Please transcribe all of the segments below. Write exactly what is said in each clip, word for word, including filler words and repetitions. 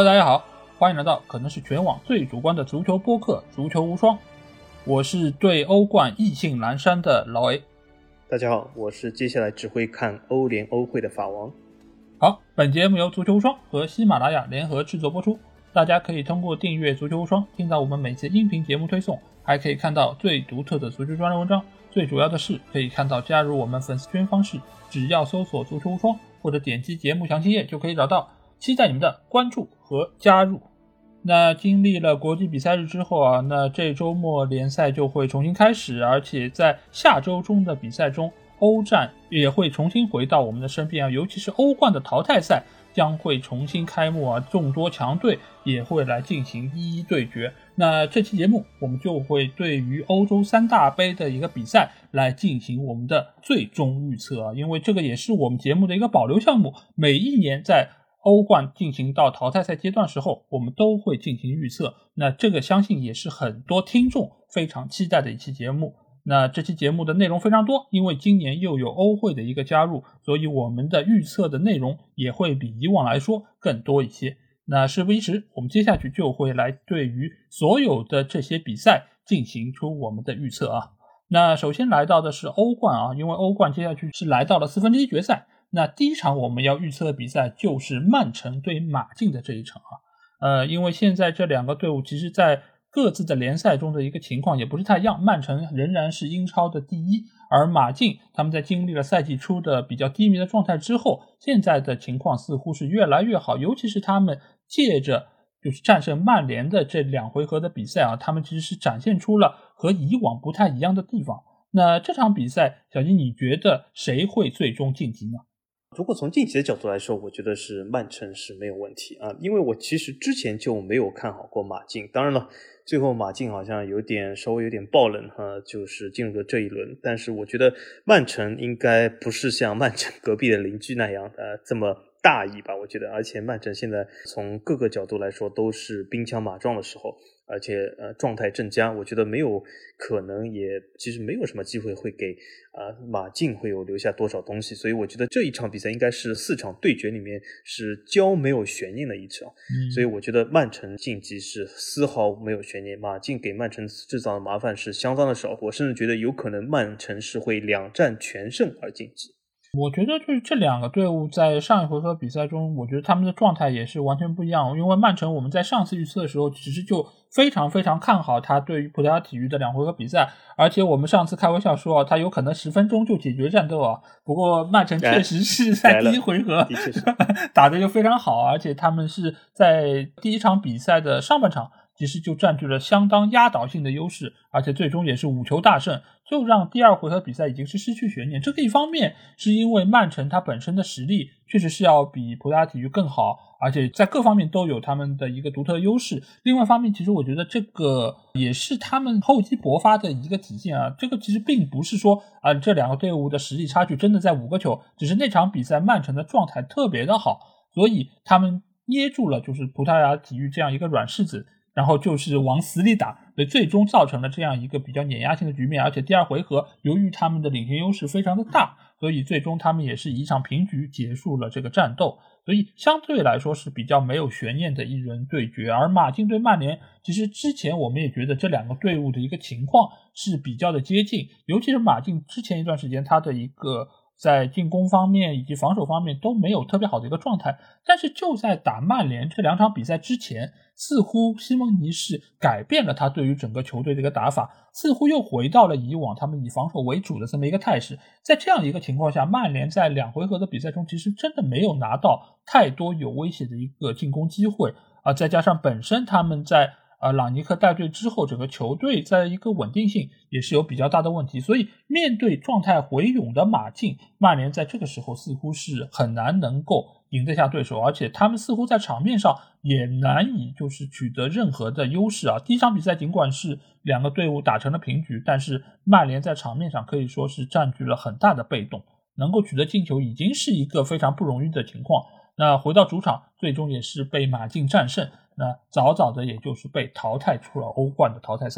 Hello， 大家好，欢迎来到可能是全网最主观的足球播客足球无双，我是对欧冠意兴阑珊的老 A。 大家好，我是接下来只会看欧联欧会的法王。 好，本节目由足球无双和喜马拉雅联合制作播出，大家可以通过订阅足球无双听到我们每次音频节目推送，还可以看到最独特的足球专栏文章，最主要的是可以看到加入我们粉丝群方式，只要搜索足球无双或者点击节目详情页就可以找到，期待你们的关注和加入。那经历了国际比赛日之后啊，那这周末联赛就会重新开始，而且在下周中的比赛中，欧战也会重新回到我们的身边啊，尤其是欧冠的淘汰赛将会重新开幕啊，众多强队也会来进行一一对决。那这期节目我们就会对于欧洲三大杯的一个比赛来进行我们的最终预测啊，因为这个也是我们节目的一个保留项目，每一年在欧冠进行到淘汰赛阶段时候，我们都会进行预测。那这个相信也是很多听众非常期待的一期节目。那这期节目的内容非常多，因为今年又有欧会的一个加入，所以我们的预测的内容也会比以往来说更多一些。那事不宜迟，我们接下去就会来对于所有的这些比赛进行出我们的预测啊。那首先来到的是欧冠啊，因为欧冠接下去是来到了四分之一决赛。那第一场我们要预测的比赛就是曼城对马竞的这一场啊，呃，因为现在这两个队伍其实在各自的联赛中的一个情况也不是太一样，曼城仍然是英超的第一，而马竞他们在经历了赛季初的比较低迷的状态之后，现在的情况似乎是越来越好，尤其是他们借着就是战胜曼联的这两回合的比赛啊，他们其实是展现出了和以往不太一样的地方。那这场比赛，小金你觉得谁会最终晋级呢？ 如果从晋级的角度来说，我觉得是曼城是没有问题啊，因为我其实之前就没有看好过马竞，当然了，最后马竞好像有点稍微有点爆冷哈，就是进入了这一轮，但是我觉得曼城应该不是像曼城隔壁的邻居那样呃这么大意吧，我觉得，而且曼城现在从各个角度来说都是兵强马壮的时候，而且呃状态正佳，我觉得没有可能也其实没有什么机会会给呃马竞会有留下多少东西，所以我觉得这一场比赛应该是四场对决里面是较没有悬念的一场、嗯、所以我觉得曼城晋级是丝毫没有悬念，马竞给曼城制造的麻烦是相当的少，我甚至觉得有可能曼城是会两战全胜而晋级。 我觉得就是这两个队伍在上一回合比赛中，我觉得他们的状态也是完全不一样。因为曼城我们在上次预测的时候其实就非常非常看好他对于葡萄牙体育的两回合比赛，而且我们上次开玩笑说他有可能十分钟就解决战斗啊。不过曼城确实是在第一回合打得就非常好，而且他们是在第一场比赛的上半场其实就占据了相当压倒性的优势，而且最终也是五球大胜，就让第二回合比赛已经是失去悬念。这个一方面是因为曼城它本身的实力确实是要比葡萄牙体育更好，而且在各方面都有他们的一个独特优势。另外一方面，其实我觉得这个也是他们厚积薄发的一个体现啊。这个其实并不是说啊、呃、这两个队伍的实力差距真的在五个球，只是那场比赛曼城的状态特别的好，所以他们捏住了就是葡萄牙体育这样一个软柿子，然后就是往死里打，所以最终造成了这样一个比较碾压性的局面。而且第二回合由于他们的领先优势非常的大，所以最终他们也是以一场平局结束了这个战斗，所以相对来说是比较没有悬念的一轮对决。而马竞对曼联，其实之前我们也觉得这两个队伍的一个情况是比较的接近，尤其是马竞之前一段时间他的一个在进攻方面以及防守方面都没有特别好的一个状态，但是就在打曼联这两场比赛之前，似乎西蒙尼是改变了他对于整个球队的一个打法，似乎又回到了以往他们以防守为主的这么一个态势。在这样一个情况下，曼联在两回合的比赛中其实真的没有拿到太多有威胁的一个进攻机会啊、呃，再加上本身他们在呃，朗尼克带队之后，整个球队在一个稳定性也是有比较大的问题，所以面对状态回勇的马竞，曼联在这个时候似乎是很难能够赢得下对手，而且他们似乎在场面上也难以就是取得任何的优势啊。第一场比赛尽管是两个队伍打成了平局，但是曼联在场面上可以说是占据了很大的被动，能够取得进球已经是一个非常不容易的情况。那回到主场，最终也是被马竞战胜，那早早的也就是被淘汰出了欧冠的淘汰赛。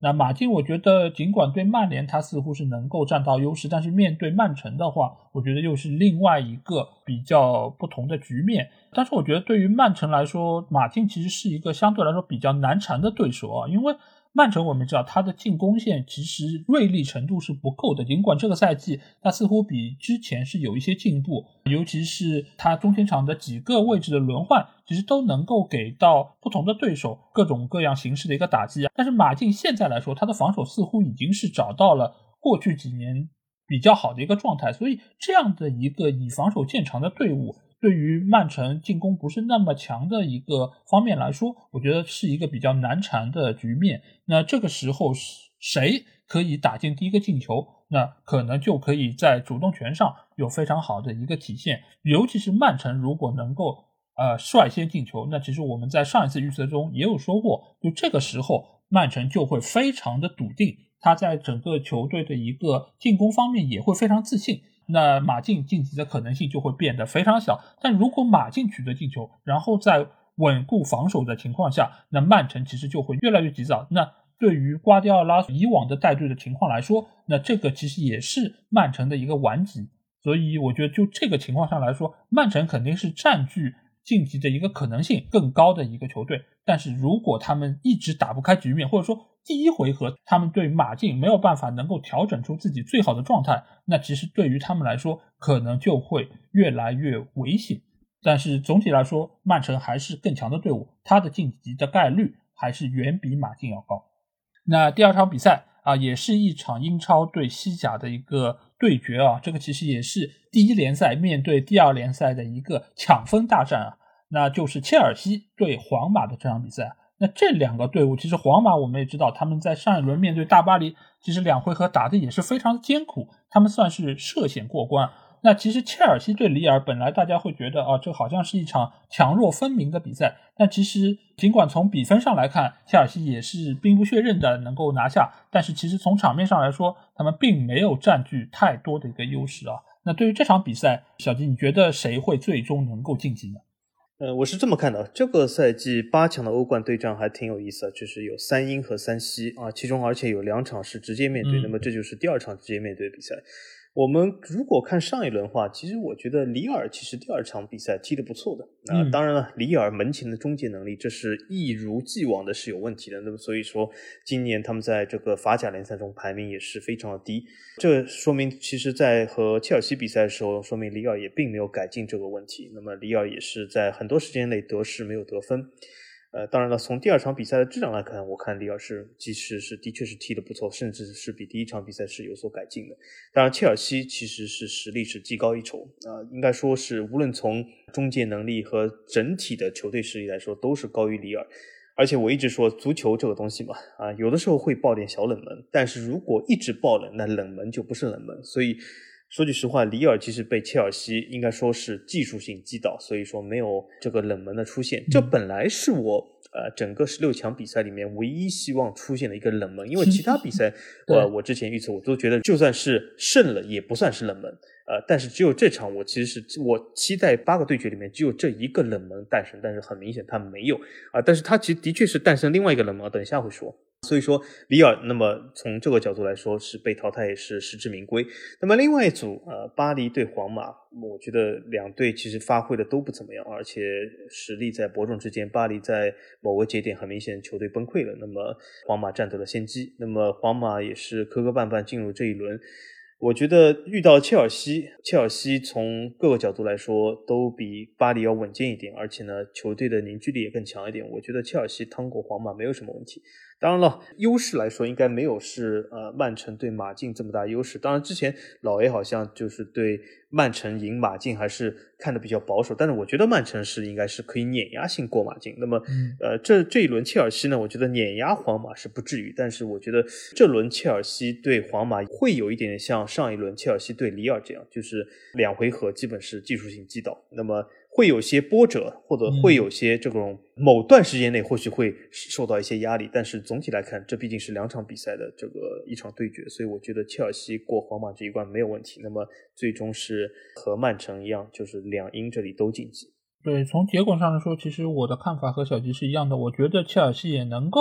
那马竞我觉得尽管对曼联他似乎是能够占到优势，但是面对曼城的话，我觉得又是另外一个比较不同的局面。但是我觉得对于曼城来说，马竞其实是一个相对来说比较难缠的对手啊，因为曼城我们知道他的进攻线其实锐利程度是不够的，尽管这个赛季他似乎比之前是有一些进步，尤其是他中前场的几个位置的轮换其实都能够给到不同的对手各种各样形式的一个打击啊。但是马竞现在来说，他的防守似乎已经是找到了过去几年比较好的一个状态，所以这样的一个以防守见长的队伍，对于曼城进攻不是那么强的一个方面来说，我觉得是一个比较难缠的局面。那这个时候谁可以打进第一个进球，那可能就可以在主动权上有非常好的一个体现，尤其是曼城如果能够呃率先进球，那其实我们在上一次预测中也有说过，就这个时候曼城就会非常的笃定，他在整个球队的一个进攻方面也会非常自信，那马竞晋级的可能性就会变得非常小。但如果马竞取得进球，然后在稳固防守的情况下，那曼城其实就会越来越急躁。那对于瓜迪奥拉以往的带队的情况来说，那这个其实也是曼城的一个顽疾。所以我觉得就这个情况上来说，曼城肯定是占据晋级的一个可能性更高的一个球队。但是如果他们一直打不开局面，或者说第一回合他们对马竞没有办法能够调整出自己最好的状态，那其实对于他们来说可能就会越来越危险。但是总体来说，曼城还是更强的队伍，他的晋级的概率还是远比马竞要高。那第二场比赛啊，也是一场英超对西甲的一个对决啊，这个其实也是第一联赛面对第二联赛的一个抢分大战啊，那就是切尔西对皇马的这场比赛。那这两个队伍，其实皇马我们也知道，他们在上一轮面对大巴黎，其实两回合打的也是非常艰苦，他们算是涉险过关。那其实切尔西对里尔，本来大家会觉得啊，这好像是一场强弱分明的比赛，但其实尽管从比分上来看，切尔西也是兵不血刃的能够拿下，但是其实从场面上来说，他们并没有占据太多的一个优势啊。那对于这场比赛，小吉你觉得谁会最终能够晋级呢？ 呃，我是这么看的，这个赛季八强的欧冠对战还挺有意思的，就是有三英和三西啊，其中而且有两场是直接面对，嗯、那么这就是第二场直接面对的比赛。我们如果看上一轮的话，其实我觉得里尔其实第二场比赛踢得不错的。那、呃、当然了，里尔门前的终结能力，这是一如既往的是有问题的。那么所以说，今年他们在这个法甲联赛中排名也是非常的低。这说明其实在和切尔西比赛的时候，说明里尔也并没有改进这个问题。那么里尔也是在很多时间内得势没有得分。呃，当然了，从第二场比赛的质量来看，我看里尔是其实是的确是踢得不错，甚至是比第一场比赛是有所改进的。当然，切尔西其实是实力是技高一筹啊、呃，应该说是无论从中介能力和整体的球队实力来说，都是高于里尔。而且我一直说，足球这个东西嘛，啊，有的时候会爆点小冷门，但是如果一直爆冷，那冷门就不是冷门。所以说句实话，里尔其实被切尔西应该说是技术性击倒，所以说没有这个冷门的出现。这本来是我呃整个十六强比赛里面唯一希望出现的一个冷门，因为其他比赛呃我之前预测我都觉得就算是胜了也不算是冷门。呃，但是只有这场我其实是我期待八个对决里面只有这一个冷门诞生，但是很明显它没有啊、呃，但是它其实的确是诞生另外一个冷门，等一下会说。所以说里尔那么从这个角度来说是被淘汰也是实至名归。那么另外一组呃巴黎对皇马，我觉得两队其实发挥的都不怎么样，而且实力在伯仲之间，巴黎在某个节点很明显球队崩溃了，那么皇马占得了先机，那么皇马也是磕磕绊绊进入这一轮。我觉得遇到切尔西，切尔西从各个角度来说都比巴黎要稳健一点，而且呢球队的凝聚力也更强一点，我觉得切尔西趟过皇马没有什么问题。当然了，优势来说应该没有是呃曼城对马竞这么大优势。当然之前老 A 好像就是对曼城赢马竞还是看得比较保守，但是我觉得曼城是应该是可以碾压性过马竞。那么呃这这一轮切尔西呢，我觉得碾压皇马是不至于，但是我觉得这轮切尔西对皇马会有一点像上一轮切尔西对里尔这样，就是两回合基本是技术性击倒，那么会有些波折，或者会有些这种某段时间内或许会受到一些压力，但是总体来看这毕竟是两场比赛的这个一场对决，所以我觉得切尔西过皇马这一关没有问题，那么最终是和曼城一样，就是两英这里都晋级。 对，从结果上来说，其实我的看法和小吉是一样的，我觉得切尔西也能够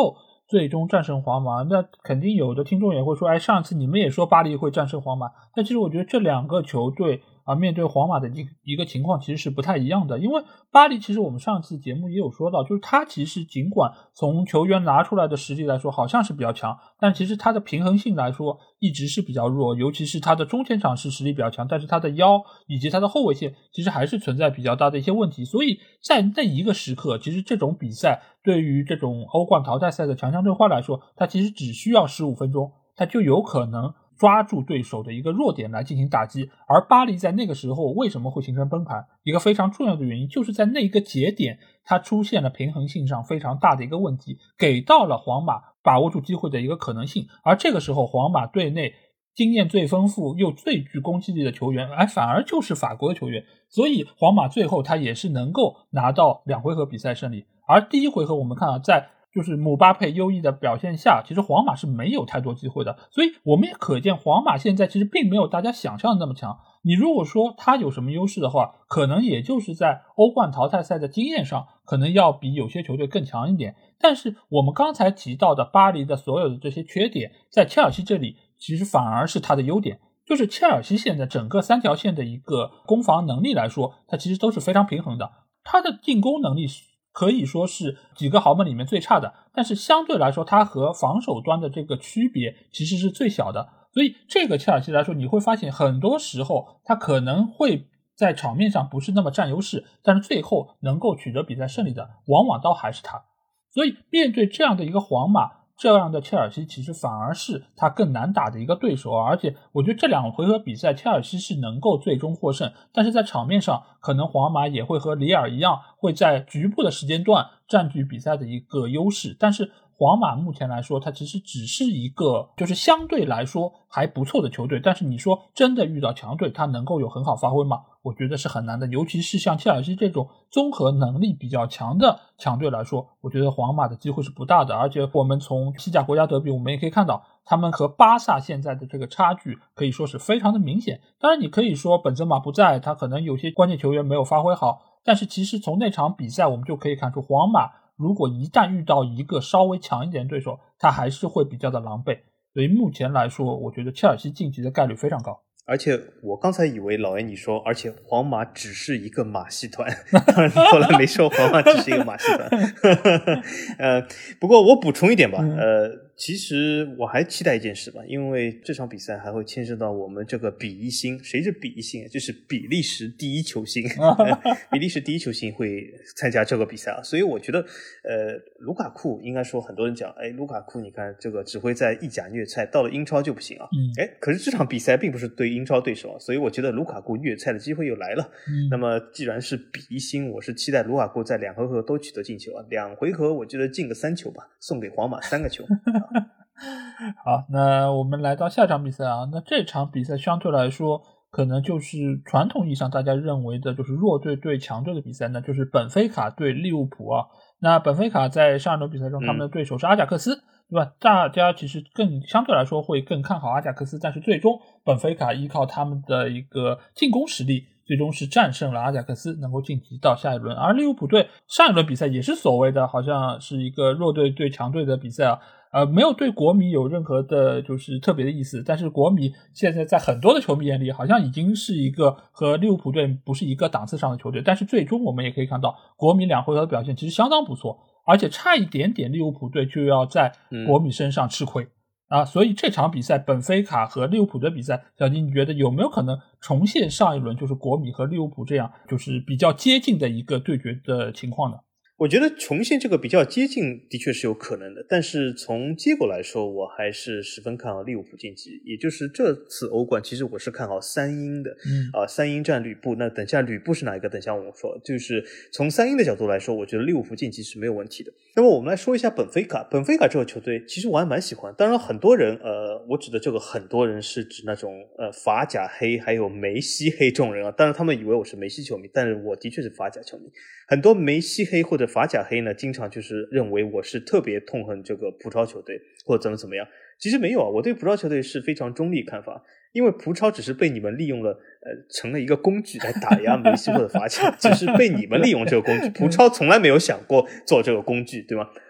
最终战胜皇马，那肯定有的听众也会说，哎，上次你们也说巴黎会战胜皇马，但其实我觉得这两个球队啊，面对皇马的一一个情况其实是不太一样的。因为巴黎其实我们上次节目也有说到，就是他其实尽管从球员拿出来的实力来说好像是比较强，但其实他的平衡性来说一直是比较弱，尤其是他的中前场是实力比较强，但是他的腰以及他的后卫线其实还是存在比较大的一些问题。所以在那一个时刻，其实这种比赛对于这种欧冠淘汰赛的强强对话来说，它其实只需要十五分钟，它就有可能抓住对手的一个弱点来进行打击。而巴黎在那个时候为什么会形成崩盘，一个非常重要的原因就是在那一个节点它出现了平衡性上非常大的一个问题，给到了皇马把握住机会的一个可能性。而这个时候皇马队内经验最丰富又最具攻击力的球员，哎，反而就是法国的球员，所以皇马最后他也是能够拿到两回合比赛胜利。而第一回合我们看到，在就是姆巴佩优异的表现下，其实皇马是没有太多机会的，所以我们也可见皇马现在其实并没有大家想象的那么强。你如果说他有什么优势的话，可能也就是在欧冠淘汰赛的经验上，可能要比有些球队更强一点。但是我们刚才提到的巴黎的所有的这些缺点，在切尔西这里其实反而是他的优点。就是切尔西现在整个三条线的一个攻防能力来说，它其实都是非常平衡的。他的进攻能力可以说是几个豪门里面最差的，但是相对来说它和防守端的这个区别其实是最小的。所以这个切尔西来说，你会发现很多时候它可能会在场面上不是那么占优势，但是最后能够取得比赛胜利的往往都还是他。所以面对这样的一个皇马，这样的切尔西其实反而是他更难打的一个对手。而且我觉得这两回合比赛切尔西是能够最终获胜，但是在场面上可能皇马也会和里尔一样，会在局部的时间段占据比赛的一个优势。但是皇马目前来说，它其实只是一个就是相对来说还不错的球队，但是你说真的遇到强队它能够有很好发挥吗？我觉得是很难的。尤其是像切尔西这种综合能力比较强的强队来说，我觉得皇马的机会是不大的。而且我们从西甲国家德比我们也可以看到，他们和巴萨现在的这个差距可以说是非常的明显。当然你可以说本泽马不在，他可能有些关键球员没有发挥好，但是其实从那场比赛我们就可以看出，皇马如果一旦遇到一个稍微强一点的对手，他还是会比较的狼狈。所以目前来说，我觉得切尔西晋级的概率非常高。 而且我刚才以为老爷你说，而且皇马只是一个马戏团，当然后来没说皇马只是一个马戏团。呃，不过我补充一点吧，呃，其实我还期待一件事吧，因为这场比赛还会牵涉到我们这个比一星。谁是比一星？就是比利时第一球星，比利时第一球星会参加这个比赛啊，所以我觉得，呃，卢卡库应该说很多人讲，哎，卢卡库你看这个只会在意甲虐菜，到了英超就不行啊，哎、嗯，可是这场比赛并不是对英超对手，所以我觉得卢卡库越菜的机会又来了。嗯、那么既然是比一星，我是期待卢卡库在两回合都取得进球啊，两回合我觉得进个三球吧，送给皇马三个球。 好，那我们来到下场比赛啊，那这场比赛相对来说可能就是传统意义上大家认为的就是弱队对强队的比赛呢，就是本菲卡对利物浦啊。那本菲卡在上一轮比赛中他们的对手是阿贾克斯、嗯、对吧？大家其实更相对来说会更看好阿贾克斯，但是最终本菲卡依靠他们的一个进攻实力最终是战胜了阿贾克斯，能够晋级到下一轮。而利物浦队上一轮比赛也是所谓的好像是一个弱队对强队的比赛啊，呃，没有对国米有任何的就是特别的意思，但是国米现在在很多的球迷眼里好像已经是一个和利物浦队不是一个档次上的球队，但是最终我们也可以看到国米两回合的表现其实相当不错，而且差一点点利物浦队就要在国米身上吃亏、嗯、啊，所以这场比赛本菲卡和利物浦的比赛，小金你觉得有没有可能重现上一轮就是国米和利物浦这样就是比较接近的一个对决的情况呢？ 我觉得重现这个比较接近的确是有可能的，但是从结果来说我还是十分看好利物浦晋级。也就是这次欧冠其实我是看好三英的、嗯呃、三英战吕布，那等下吕布是哪一个等下我说，就是从三英的角度来说我觉得利物浦晋级是没有问题的。那么我们来说一下本菲卡。本菲卡这个球队其实我还蛮喜欢，当然很多人呃，我指的这个很多人是指那种呃法甲黑还有梅西黑这种人啊，当然他们以为我是梅西球迷，但是我的确是法甲球迷。很多梅西黑或者法甲黑呢，经常就是认为我是特别痛恨这个葡超球队或者怎么怎么样。其实没有啊，我对葡超球队是非常中立看法，因为葡超只是被你们利用了，呃，成了一个工具来打压梅西或者法甲，只是被你们利用这个工具。葡超从来没有想过做这个工具，对吗？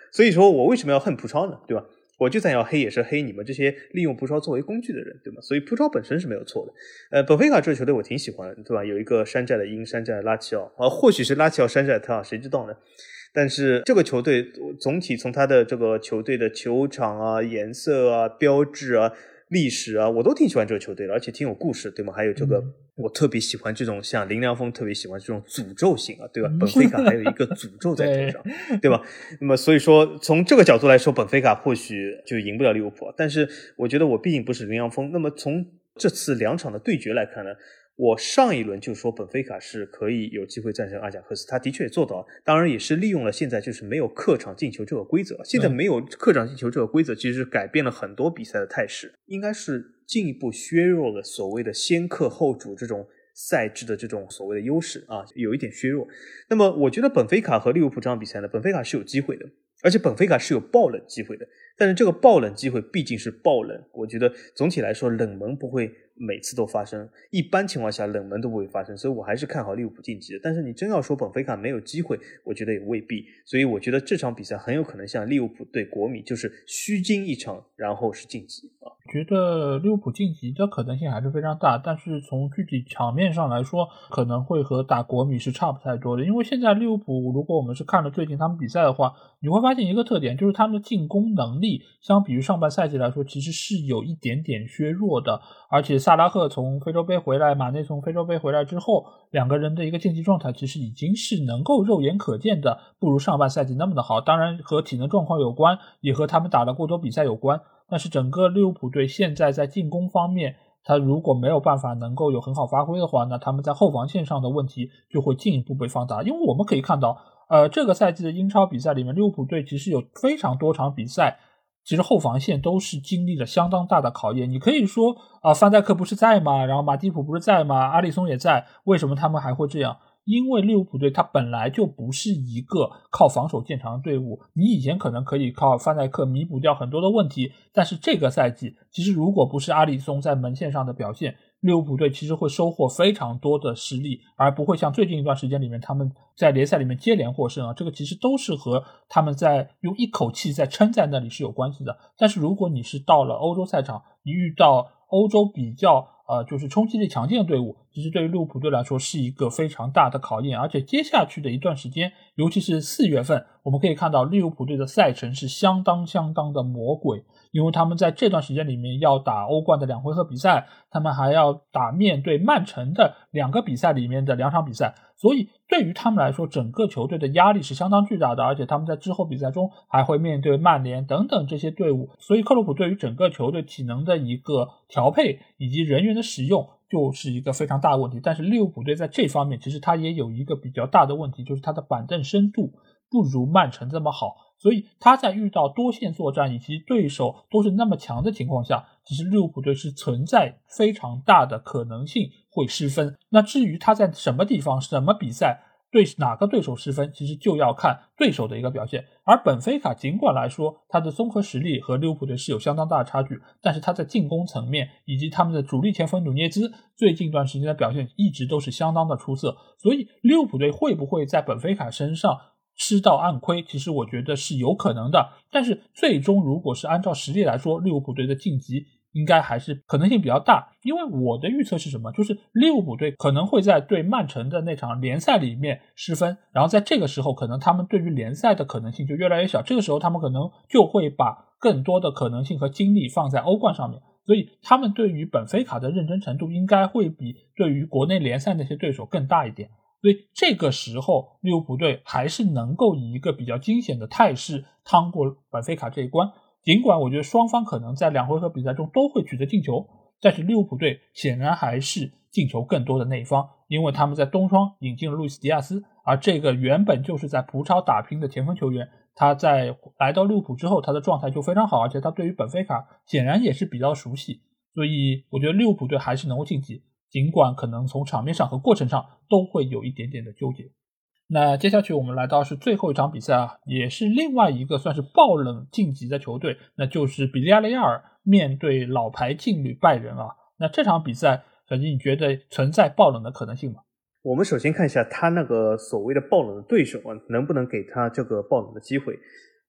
所以说我为什么要恨葡超呢？对吧？我就算要黑也是黑你们这些利用葡超作为工具的人，对吗？所以葡超本身是没有错的。呃，本菲卡这个球队我挺喜欢的，对吧？有一个山寨的鹰，山寨的拉齐奥，啊，或许是拉齐奥山寨的特尔，谁知道呢？但是这个球队总体从他的这个球队的球场啊、颜色啊、标志啊、历史啊，我都挺喜欢这个球队的，而且挺有故事，对吗？还有这个、嗯、我特别喜欢这种像林良锋特别喜欢这种诅咒性啊，对吧？本菲卡还有一个诅咒在头上，对, 对吧？那么所以说从这个角度来说，本菲卡或许就赢不了利物浦，但是我觉得我毕竟不是林良锋。那么从这次两场的对决来看呢，我上一轮就说本菲卡是可以有机会战胜阿贾克斯，他的确也做到，当然也是利用了现在就是没有客场进球这个规则。现在没有客场进球这个规则，其实改变了很多比赛的态势，应该是进一步削弱了所谓的先客后主这种赛制的这种所谓的优势啊，有一点削弱。那么我觉得本菲卡和利物浦这场比赛呢，本菲卡是有机会的，而且本菲卡是有爆冷机会的，但是这个爆冷机会毕竟是爆冷，我觉得总体来说冷门不会每次都发生，一般情况下冷门都不会发生，所以我还是看好利物浦晋级的。但是你真要说本菲卡没有机会，我觉得也未必，所以我觉得这场比赛很有可能像利物浦对国米，就是虚惊一场然后是晋级啊。 我觉得利物浦晋级的可能性还是非常大，但是从具体场面上来说，可能会和打国米是差不太多的。因为现在利物浦，如果我们是看了最近他们比赛的话，你会发现一个特点，就是他们的进攻能力相比于上半赛季来说，其实是有一点点削弱的。而且萨拉赫从非洲杯回来，马内从非洲杯回来之后，两个人的一个竞技状态其实已经是能够肉眼可见的不如上半赛季那么的好。当然和体能状况有关，也和他们打了过多比赛有关。但是整个利物浦队现在在进攻方面，他如果没有办法能够有很好发挥的话，那他们在后防线上的问题就会进一步被放大。因为我们可以看到呃，这个赛季的英超比赛里面，利物浦队其实有非常多场比赛其实后防线都是经历了相当大的考验。你可以说啊、呃，范戴克不是在吗？然后马蒂普不是在吗？阿里松也在，为什么他们还会这样？因为利物浦队它本来就不是一个靠防守见长的队伍，你以前可能可以靠范戴克弥补掉很多的问题，但是这个赛季其实如果不是阿里松在门线上的表现，利物浦队其实会收获非常多的失利，而不会像最近一段时间里面他们在联赛里面接连获胜啊，这个其实都是和他们在用一口气在撑在那里是有关系的。但是如果你是到了欧洲赛场，你遇到欧洲比较呃，就是冲击力强劲的队伍，其实对于利物浦队来说是一个非常大的考验。而且接下去的一段时间，尤其是四月份，我们可以看到利物浦队的赛程是相当相当的魔鬼，因为他们在这段时间里面要打欧冠的两回合比赛，他们还要打面对曼城的两个比赛里面的两场比赛，所以对于他们来说，整个球队的压力是相当巨大的，而且他们在之后比赛中还会面对曼联等等这些队伍，所以克洛普对于整个球队体能的一个调配以及人员的使用就是一个非常大的问题。但是利物浦队在这方面其实他也有一个比较大的问题，就是他的板凳深度不如曼城这么好，所以他在遇到多线作战以及对手都是那么强的情况下，其实利物浦队是存在非常大的可能性会失分。那至于他在什么地方什么比赛对哪个对手失分，其实就要看对手的一个表现。而本菲卡尽管来说他的综合实力和利物浦队是有相当大的差距，但是他在进攻层面以及他们的主力前锋努涅兹最近一段时间的表现一直都是相当的出色，所以利物浦队会不会在本菲卡身上吃到暗亏，其实我觉得是有可能的。但是最终如果是按照实力来说，利物浦队的晋级应该还是可能性比较大。因为我的预测是什么，就是利物浦队可能会在对曼城的那场联赛里面失分，然后在这个时候可能他们对于联赛的可能性就越来越小，这个时候他们可能就会把更多的可能性和精力放在欧冠上面，所以他们对于本菲卡的认真程度应该会比对于国内联赛那些对手更大一点。所以这个时候利物浦队还是能够以一个比较惊险的态势趟过本菲卡这一关，尽管我觉得双方可能在两回合比赛中都会取得进球，但是利物浦队显然还是进球更多的那一方，因为他们在冬窗引进了路易斯迪亚斯，而这个原本就是在葡超打拼的前锋球员，他在来到利物浦之后他的状态就非常好，而且他对于本菲卡显然也是比较熟悉，所以我觉得利物浦队还是能够晋级，尽管可能从场面上和过程上都会有一点点的纠结。那接下去我们来到是最后一场比赛啊，也是另外一个算是爆冷晋级的球队，那就是比利亚雷亚尔面对老牌劲旅拜仁啊。那这场比赛小金你觉得存在爆冷的可能性吗？ 我们首先看一下他那个所谓的爆冷的对手啊，能不能给他这个爆冷的机会。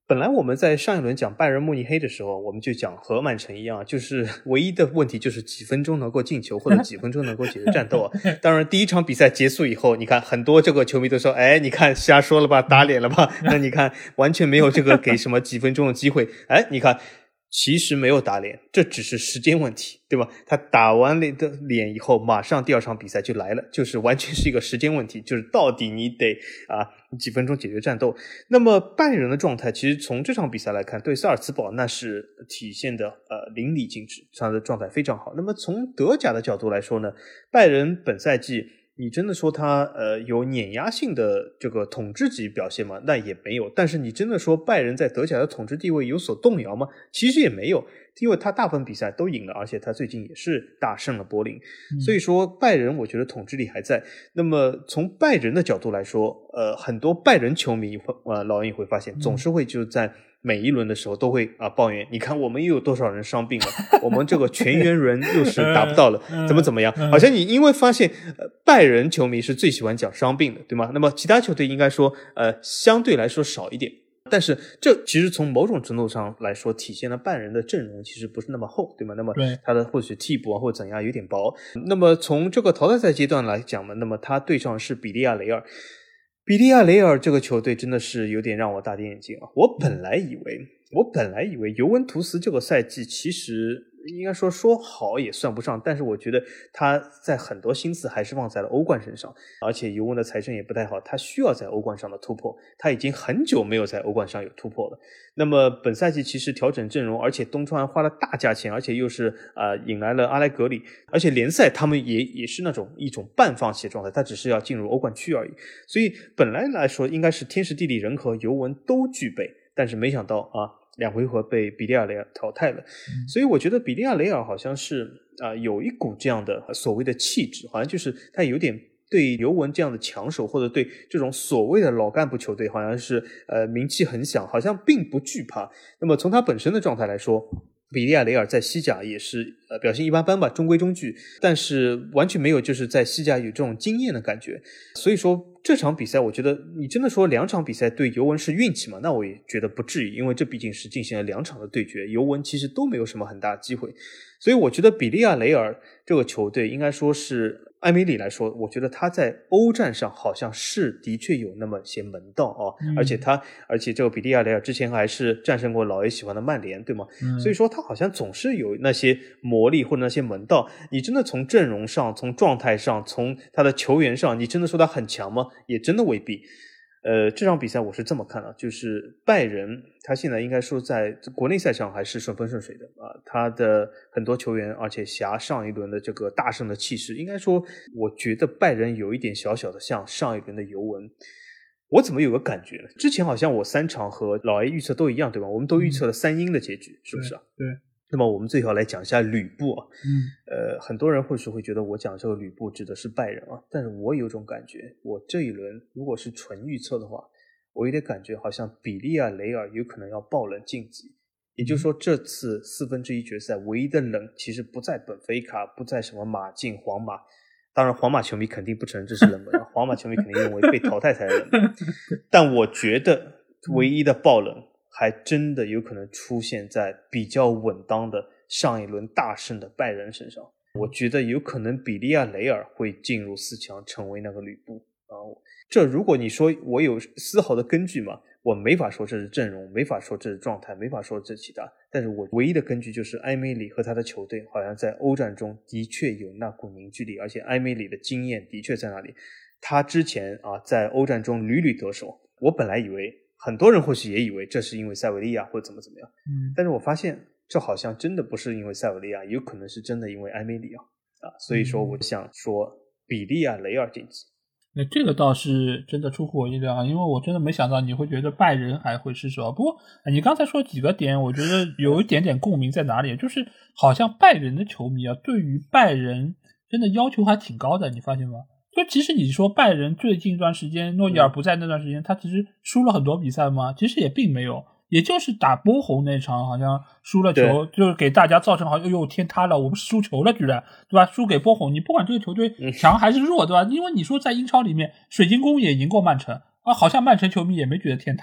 本来我们在上一轮讲拜仁慕尼黑的时候，我们就讲和曼城一样，就是唯一的问题就是几分钟能够进球或者几分钟能够解决战斗啊。当然第一场比赛结束以后，你看很多这个球迷都说，哎，你看瞎说了吧，打脸了吧，那你看完全没有这个给什么几分钟的机会，哎，你看其实没有打脸，这只是时间问题，对吧？他打完了的脸以后，马上第二场比赛就来了，就是完全是一个时间问题，就是到底你得啊几分钟解决战斗。那么拜仁的状态，其实从这场比赛来看，对萨尔茨堡那是体现的呃淋漓尽致，他的状态非常好。那么从德甲的角度来说呢，拜仁本赛季你真的说他呃有碾压性的这个统治级表现吗？那也没有。但是你真的说拜仁在德甲的统治地位有所动摇吗？其实也没有，因为他大部分比赛都赢了，而且他最近也是大胜了柏林。 嗯、 所以说拜仁我觉得统治力还在。那么从拜仁的角度来说，呃，很多拜仁球迷呃老鹰会发现总是会就在每一轮的时候都会啊抱怨，你看我们又有多少人伤病了，我们这个全员人又是达不到了，怎么怎么样？好像你因为发现呃拜仁球迷是最喜欢讲伤病的，对吗？那么其他球队应该说呃相对来说少一点。但是这其实从某种程度上来说体现了拜仁的阵容其实不是那么厚，对吗？那么他的或许替补啊或者怎样有点薄。那么从这个淘汰赛阶段来讲嘛，那么他对上是比利亚雷尔。比利亚雷尔这个球队真的是有点让我大跌眼镜啊！我本来以为，我本来以为尤文图斯这个赛季其实应该说说好也算不上，但是我觉得他在很多心思还是放在了欧冠身上，而且尤文的财政也不太好，他需要在欧冠上的突破，他已经很久没有在欧冠上有突破了。那么本赛季其实调整阵容，而且东窗花了大价钱，而且又是呃引来了阿莱格里，而且联赛他们也也是那种一种半放弃的状态，他只是要进入欧冠区而已。所以本来来说应该是天时地利人和尤文都具备，但是没想到啊两回合被比利亚雷尔淘汰了。嗯、所以我觉得比利亚雷尔好像是啊、呃、有一股这样的所谓的气质，好像就是他有点对尤文这样的强手，或者对这种所谓的老干部球队好像是呃名气很响，好像并不惧怕。那么从他本身的状态来说，比利亚雷尔在西甲也是呃表现一般般吧，中规中矩，但是完全没有就是在西甲有这种惊艳的感觉。所以说这场比赛我觉得你真的说两场比赛对尤文是运气嘛，那我也觉得不至于，因为这毕竟是进行了两场的对决，尤文其实都没有什么很大机会。所以我觉得比利亚雷尔这个球队应该说是艾梅里来说，我觉得他在欧战上好像是的确有那么些门道啊、嗯，而且他而且这个比利亚雷尔之前还是战胜过老 A 喜欢的曼联，对吗、嗯、所以说他好像总是有那些魔力或者那些门道。你真的从阵容上，从状态上，从他的球员上，你真的说他很强吗？也真的未必。呃，这场比赛我是这么看的，就是拜仁他现在应该说在国内赛上还是顺风顺水的啊，他的很多球员，而且挟上一轮的这个大胜的气势，应该说我觉得拜仁有一点小小的像上一轮的尤文。我怎么有个感觉呢？之前好像我三场和老 A 预测都一样，对吧？我们都预测了三英的结局，嗯、是不是啊？ 对。对那么我们最好来讲一下吕布啊， 嗯， 呃，很多人或许会觉得我讲这个吕布指的是拜仁啊，但是我有种感觉，我这一轮如果是纯预测的话，我有点感觉好像比利亚雷尔有可能要爆冷晋级，也就是说这次四分之一决赛唯一的冷其实不在本菲卡，不在什么马竞、皇马，当然皇马球迷肯定不承认这是冷门，皇马球迷肯定认为被淘汰才是冷门，但我觉得唯一的爆冷还真的有可能出现在比较稳当的上一轮大胜的拜仁身上。我觉得有可能比利亚雷尔会进入四强，成为那个吕布啊。这如果你说我有丝毫的根据嘛，我没法说这是阵容，没法说这是状态，没法说这是其他。但是我唯一的根据就是埃梅里和他的球队好像在欧战中的确有那股凝聚力，而且埃梅里的经验的确在那里。他之前啊在欧战中屡屡得手，我本来以为。很多人或许也以为这是因为塞维利亚或者怎么怎么样，嗯，但是我发现这好像真的不是因为塞维利亚，有可能是真的因为埃梅里啊，啊，所以说我想说比利亚雷尔晋级。 那这个倒是真的出乎我意料啊，因为我真的没想到你会觉得拜仁还会失手。不过你刚才说几个点，我觉得有一点点共鸣在哪里，就是好像拜仁的球迷啊，对于拜仁真的要求还挺高的，你发现吗？就其实你说拜仁最近一段时间诺伊尔不在那段时间、嗯、他其实输了很多比赛吗？其实也并没有，也就是打波鸿那场好像输了球，就是给大家造成好像哎呦天塌了，我们输球了居然，对吧？输给波鸿，你不管这个球队强还是弱，对吧？因为你说在英超里面水晶宫也赢过曼城啊，好像曼城球迷也没觉得天塌了，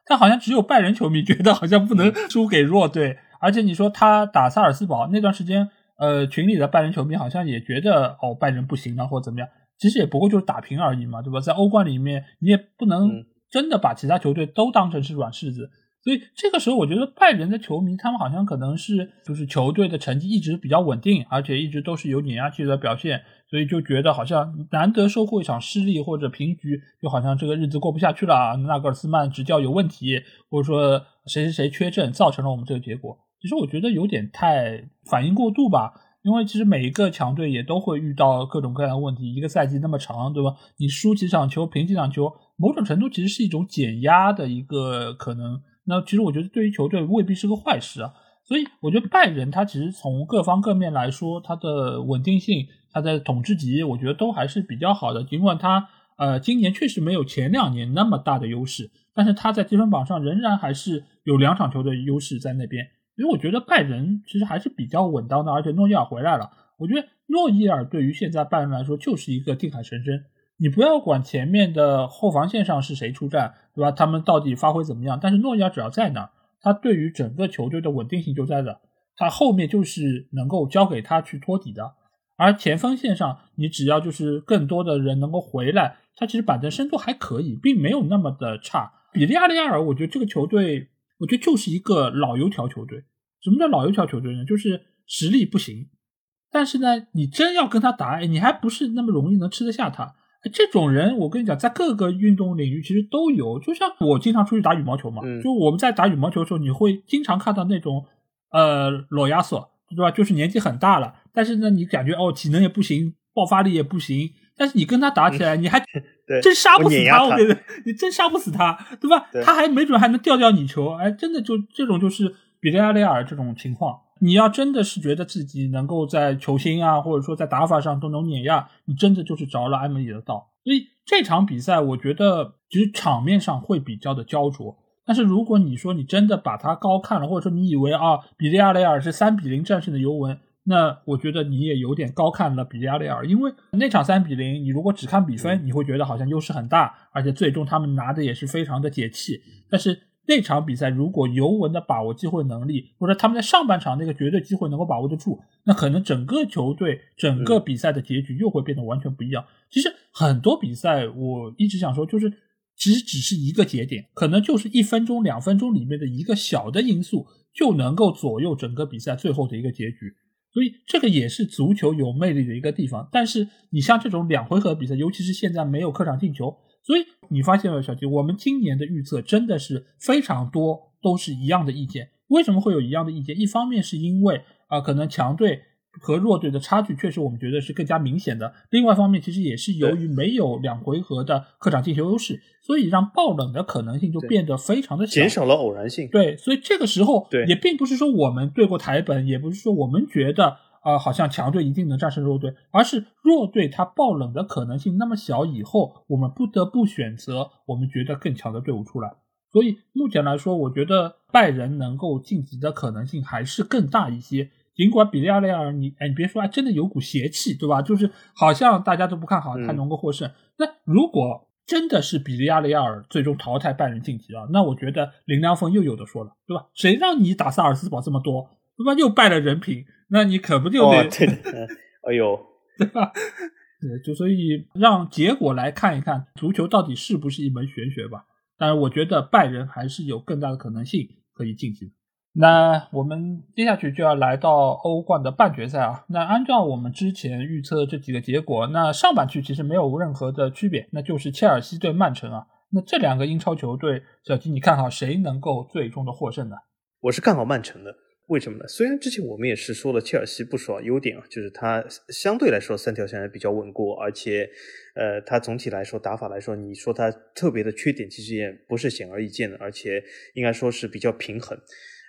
但好像只有拜仁球迷觉得好像不能输给弱队。而且你说他打萨尔斯堡那段时间，呃，群里的拜仁球迷好像也觉得哦，拜仁不行了或怎么样，其实也不过就是打平而已嘛，对吧？在欧冠里面，你也不能真的把其他球队都当成是软柿子。所以这个时候我觉得拜仁的球迷他们好像可能是就是球队的成绩一直比较稳定，而且一直都是有碾压气的表现，所以就觉得好像难得收获一场失利或者平局，就好像这个日子过不下去了啊，纳格尔斯曼执教有问题，或者说谁谁谁缺阵造成了我们这个结果。其实我觉得有点太反应过度吧，因为其实每一个强队也都会遇到各种各样的问题，一个赛季那么长，对吧？你输几场球平几场球，某种程度其实是一种减压的一个可能，那其实我觉得对于球队未必是个坏事啊。所以我觉得拜仁他其实从各方各面来说，他的稳定性，他的统治级我觉得都还是比较好的，尽管他呃今年确实没有前两年那么大的优势，但是他在积分榜上仍然还是有两场球的优势在那边。因为我觉得拜仁其实还是比较稳当的，而且诺伊尔回来了，我觉得诺伊尔对于现在拜仁来说就是一个定海神针。你不要管前面的后防线上是谁出战，对吧？他们到底发挥怎么样，但是诺伊尔只要在那儿，他对于整个球队的稳定性就在的，他后面就是能够交给他去托底的。而前锋线上你只要就是更多的人能够回来，他其实板凳深度还可以，并没有那么的差。比利亚雷亚尔我觉得这个球队我觉得就是一个老油条球队。什么叫老油条球队呢？就是实力不行，但是呢你真要跟他打，你还不是那么容易能吃得下他。这种人我跟你讲在各个运动领域其实都有，就像我经常出去打羽毛球嘛， 嗯、 就我们在打羽毛球的时候你会经常看到那种呃老亚索，对吧？就是年纪很大了，但是呢你感觉哦体能也不行，爆发力也不行，但是你跟他打起来、嗯、你还真杀不死他，我觉得你真杀不死他，对吧？对，他还没准还能吊吊你球，哎，真的就这种就是比利亚雷尔这种情况。你要真的是觉得自己能够在球星啊或者说在打法上都能碾压，你真的就是着了埃梅里的道。所以这场比赛我觉得其实场面上会比较的焦灼，但是如果你说你真的把它高看了，或者说你以为啊比利亚雷尔是三比零战胜的尤文，那我觉得你也有点高看了比利亚雷尔。因为那场三比零你如果只看比分你会觉得好像优势很大，而且最终他们拿的也是非常的解气，但是那场比赛如果尤文的把握机会能力，或者他们在上半场那个绝对机会能够把握得住，那可能整个球队整个比赛的结局又会变得完全不一样。其实很多比赛我一直想说就是其实只是一个节点，可能就是一分钟两分钟里面的一个小的因素就能够左右整个比赛最后的一个结局。所以这个也是足球有魅力的一个地方。但是你像这种两回合比赛，尤其是现在没有客场进球，所以你发现了小吉，我们今年的预测真的是非常多都是一样的意见。为什么会有一样的意见？一方面是因为啊、呃，可能强队和弱队的差距确实我们觉得是更加明显的，另外一方面其实也是由于没有两回合的客场进球优势，所以让爆冷的可能性就变得非常的小， 减少了偶然性。 对，所以这个时候也并不是说我们对过台本，也不是说我们觉得呃，好像强队一定能战胜弱队，而是弱队它爆冷的可能性那么小，以后我们不得不选择我们觉得更强的队伍出来。所以目前来说我觉得拜仁能够晋级的可能性还是更大一些。尽管比利亚雷尔你哎，你别说，哎，真的有股邪气，对吧？就是好像大家都不看好他能够获胜。嗯、那如果真的是比利亚雷尔最终淘汰拜仁晋级啊，那我觉得林良锋又有的说了，对吧？谁让你打萨尔斯堡这么多，对吧？又败了人品，那你可不就得？ 哦、对的，哎呦， 对吧？对，就所以让结果来看一看，足球到底是不是一门玄学吧。当然，我觉得拜仁还是有更大的可能性可以晋级的。那我们接下去就要来到欧冠的半决赛啊。那按照我们之前预测的这几个结果，那上半区其实没有任何的区别，那就是切尔西对曼城啊。那这两个英超球队，小吉你看好谁能够最终的获胜呢？ 我是看好曼城的。为什么呢？虽然之前我们也是说了切尔西不少优点啊，就是它相对来说三条线还比较稳固，而且呃，它总体来说打法来说，你说它特别的缺点其实也不是显而易见的，而且应该说是比较平衡。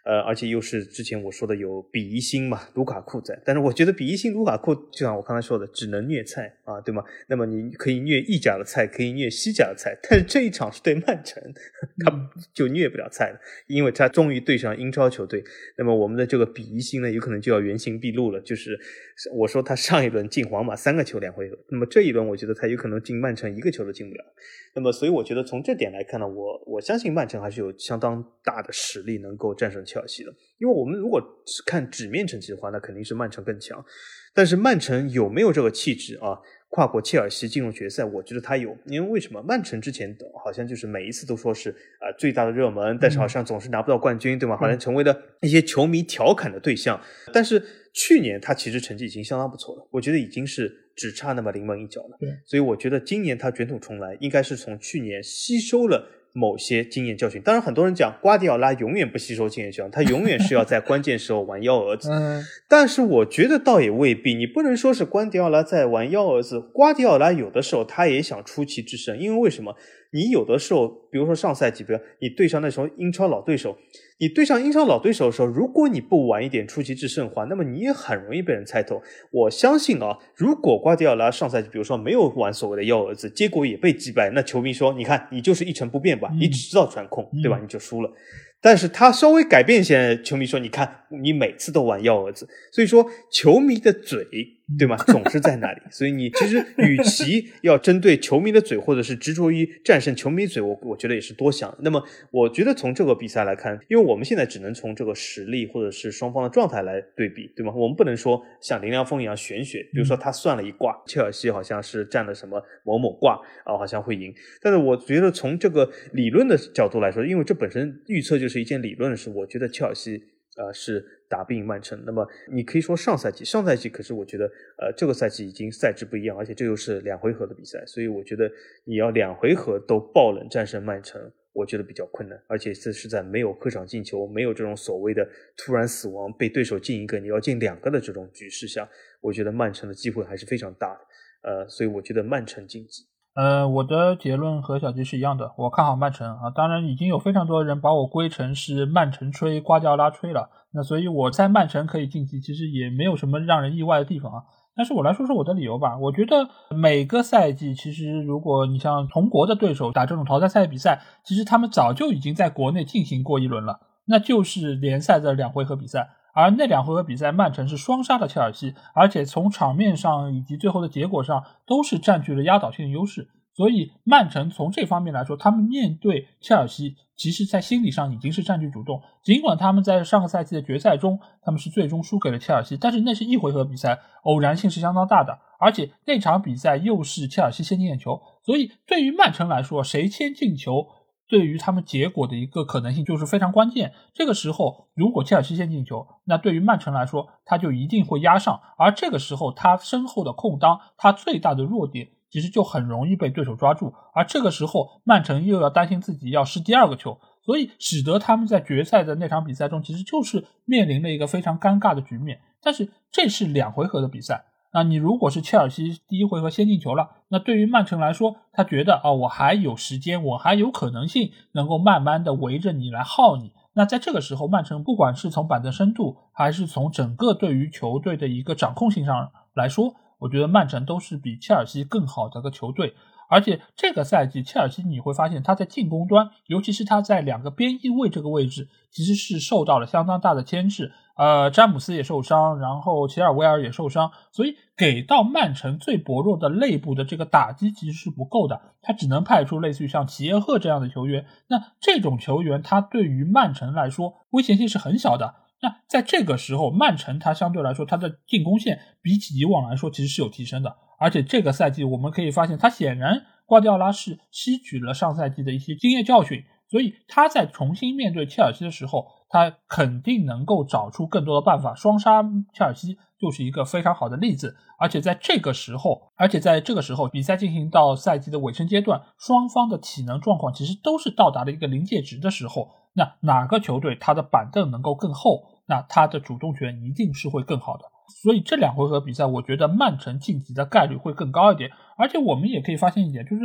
呃，而且又是之前我说的有比伊星嘛，卢卡库在，但是我觉得比伊星、卢卡库就像我刚才说的，只能虐菜啊，对吗？那么你可以虐意甲的菜，可以虐西甲的菜，但是这一场是对曼城，他就虐不了菜了，因为他终于对上英超球队。那么我们的这个比伊星呢，有可能就要原形毕露了，就是我说他上一轮进皇马三个球两回合，那么这一轮我觉得他有可能进曼城一个球都进不了。那么所以我觉得从这点来看呢，我我相信曼城还是有相当大的实力能够战胜切尔西的。因为我们如果只看纸面成绩的话，那肯定是曼城更强，但是曼城有没有这个气质啊，跨过切尔西进入决赛，我觉得他有。因为为什么曼城之前好像就是每一次都说是呃最大的热门，但是好像总是拿不到冠军，对吗？好像成为了一些球迷调侃的对象。但是去年他其实成绩已经相当不错了，我觉得已经是只差那么临门一脚了。 对， 所以我觉得今年他卷土重来，应该是从去年吸收了某些经验教训。当然很多人讲瓜迪奥拉永远不吸收经验教训，他永远是要在关键时候玩幺蛾子嗯， 但是我觉得倒也未必，你不能说是瓜迪奥拉在玩幺蛾子，瓜迪奥拉有的时候他也想出奇制胜。因为为什么？你有的时候比如说上赛季，比如你对上那时候英超老对手，你对上英超老对手的时候，如果你不玩一点出奇制胜的话，那么你也很容易被人猜透。我相信啊，如果瓜迪奥拉上赛季比如说没有玩所谓的幺蛾子，结果也被击败，那球迷说你看你就是一成不变吧， 嗯、 你只知道传控、 嗯、 对吧，你就输了。但是他稍微改变一些，球迷说你看你每次都玩幺蛾子，所以说球迷的嘴对吗总是在那里。所以你其实与其要针对球迷的嘴，或者是执着于战胜球迷嘴，我我觉得也是多想。那么我觉得从这个比赛来看，因为我们现在只能从这个实力或者是双方的状态来对比，对吗？我们不能说像林良锋一样玄学，比如说他算了一卦，切尔西好像是占了什么某某卦啊，好像会赢。但是我觉得从这个理论的角度来说，因为这本身预测就是一件理论的事，我觉得切尔西呃是打不赢曼城。那么你可以说上赛季上赛季可是我觉得呃这个赛季已经赛制不一样，而且这又是两回合的比赛，所以我觉得你要两回合都爆冷战胜曼城，我觉得比较困难。而且这是在没有客场进球，没有这种所谓的突然死亡，被对手进一个你要进两个的这种局势下，我觉得曼城的机会还是非常大的。呃，所以我觉得曼城晋级。 呃，我的结论和小吉是一样的，我看好曼城啊。当然已经有非常多人把我归成是曼城吹瓜迪奥拉吹了，那所以我在曼城可以晋级其实也没有什么让人意外的地方啊。但是我来说说我的理由吧。我觉得每个赛季其实如果你像同国的对手打这种淘汰赛比赛，其实他们早就已经在国内进行过一轮了，那就是联赛的两回合比赛。而那两回合比赛曼城是双杀了切尔西，而且从场面上以及最后的结果上都是占据了压倒性的优势。所以曼城从这方面来说，他们面对切尔西其实在心理上已经是占据主动。尽管他们在上个赛季的决赛中他们是最终输给了切尔西，但是那是一回合比赛，偶然性是相当大的，而且那场比赛又是切尔西先进眼球，所以对于曼城来说，谁先进球对于他们结果的一个可能性就是非常关键。这个时候如果切尔西先进球，那对于曼城来说他就一定会压上，而这个时候他身后的空当，他最大的弱点其实就很容易被对手抓住，而这个时候曼城又要担心自己要失第二个球，所以使得他们在决赛的那场比赛中其实就是面临了一个非常尴尬的局面。但是这是两回合的比赛，那你如果是切尔西第一回合先进球了，那对于曼城来说，他觉得啊，我还有时间，我还有可能性能够慢慢的围着你来耗你。那在这个时候，曼城不管是从板凳深度还是从整个对于球队的一个掌控性上来说，我觉得曼城都是比切尔西更好的一个球队。而且这个赛季切尔西你会发现他在进攻端，尤其是他在两个边翼位这个位置其实是受到了相当大的牵制，呃，詹姆斯也受伤，然后齐尔维尔也受伤，所以给到曼城最薄弱的内部的这个打击其实是不够的，他只能派出类似于像齐耶赫这样的球员，那这种球员他对于曼城来说危险性是很小的。那在这个时候曼城它相对来说它的进攻线比起以往来说其实是有提升的，而且这个赛季我们可以发现他显然瓜迪奥拉是吸取了上赛季的一些经验教训，所以他在重新面对切尔西的时候他肯定能够找出更多的办法，双杀切尔西就是一个非常好的例子。而且在这个时候而且在这个时候比赛进行到赛季的尾声阶段，双方的体能状况其实都是到达了一个临界值的时候，那哪个球队他的板凳能够更厚，那他的主动权一定是会更好的。所以这两回合比赛我觉得曼城晋级的概率会更高一点。而且我们也可以发现一点，就是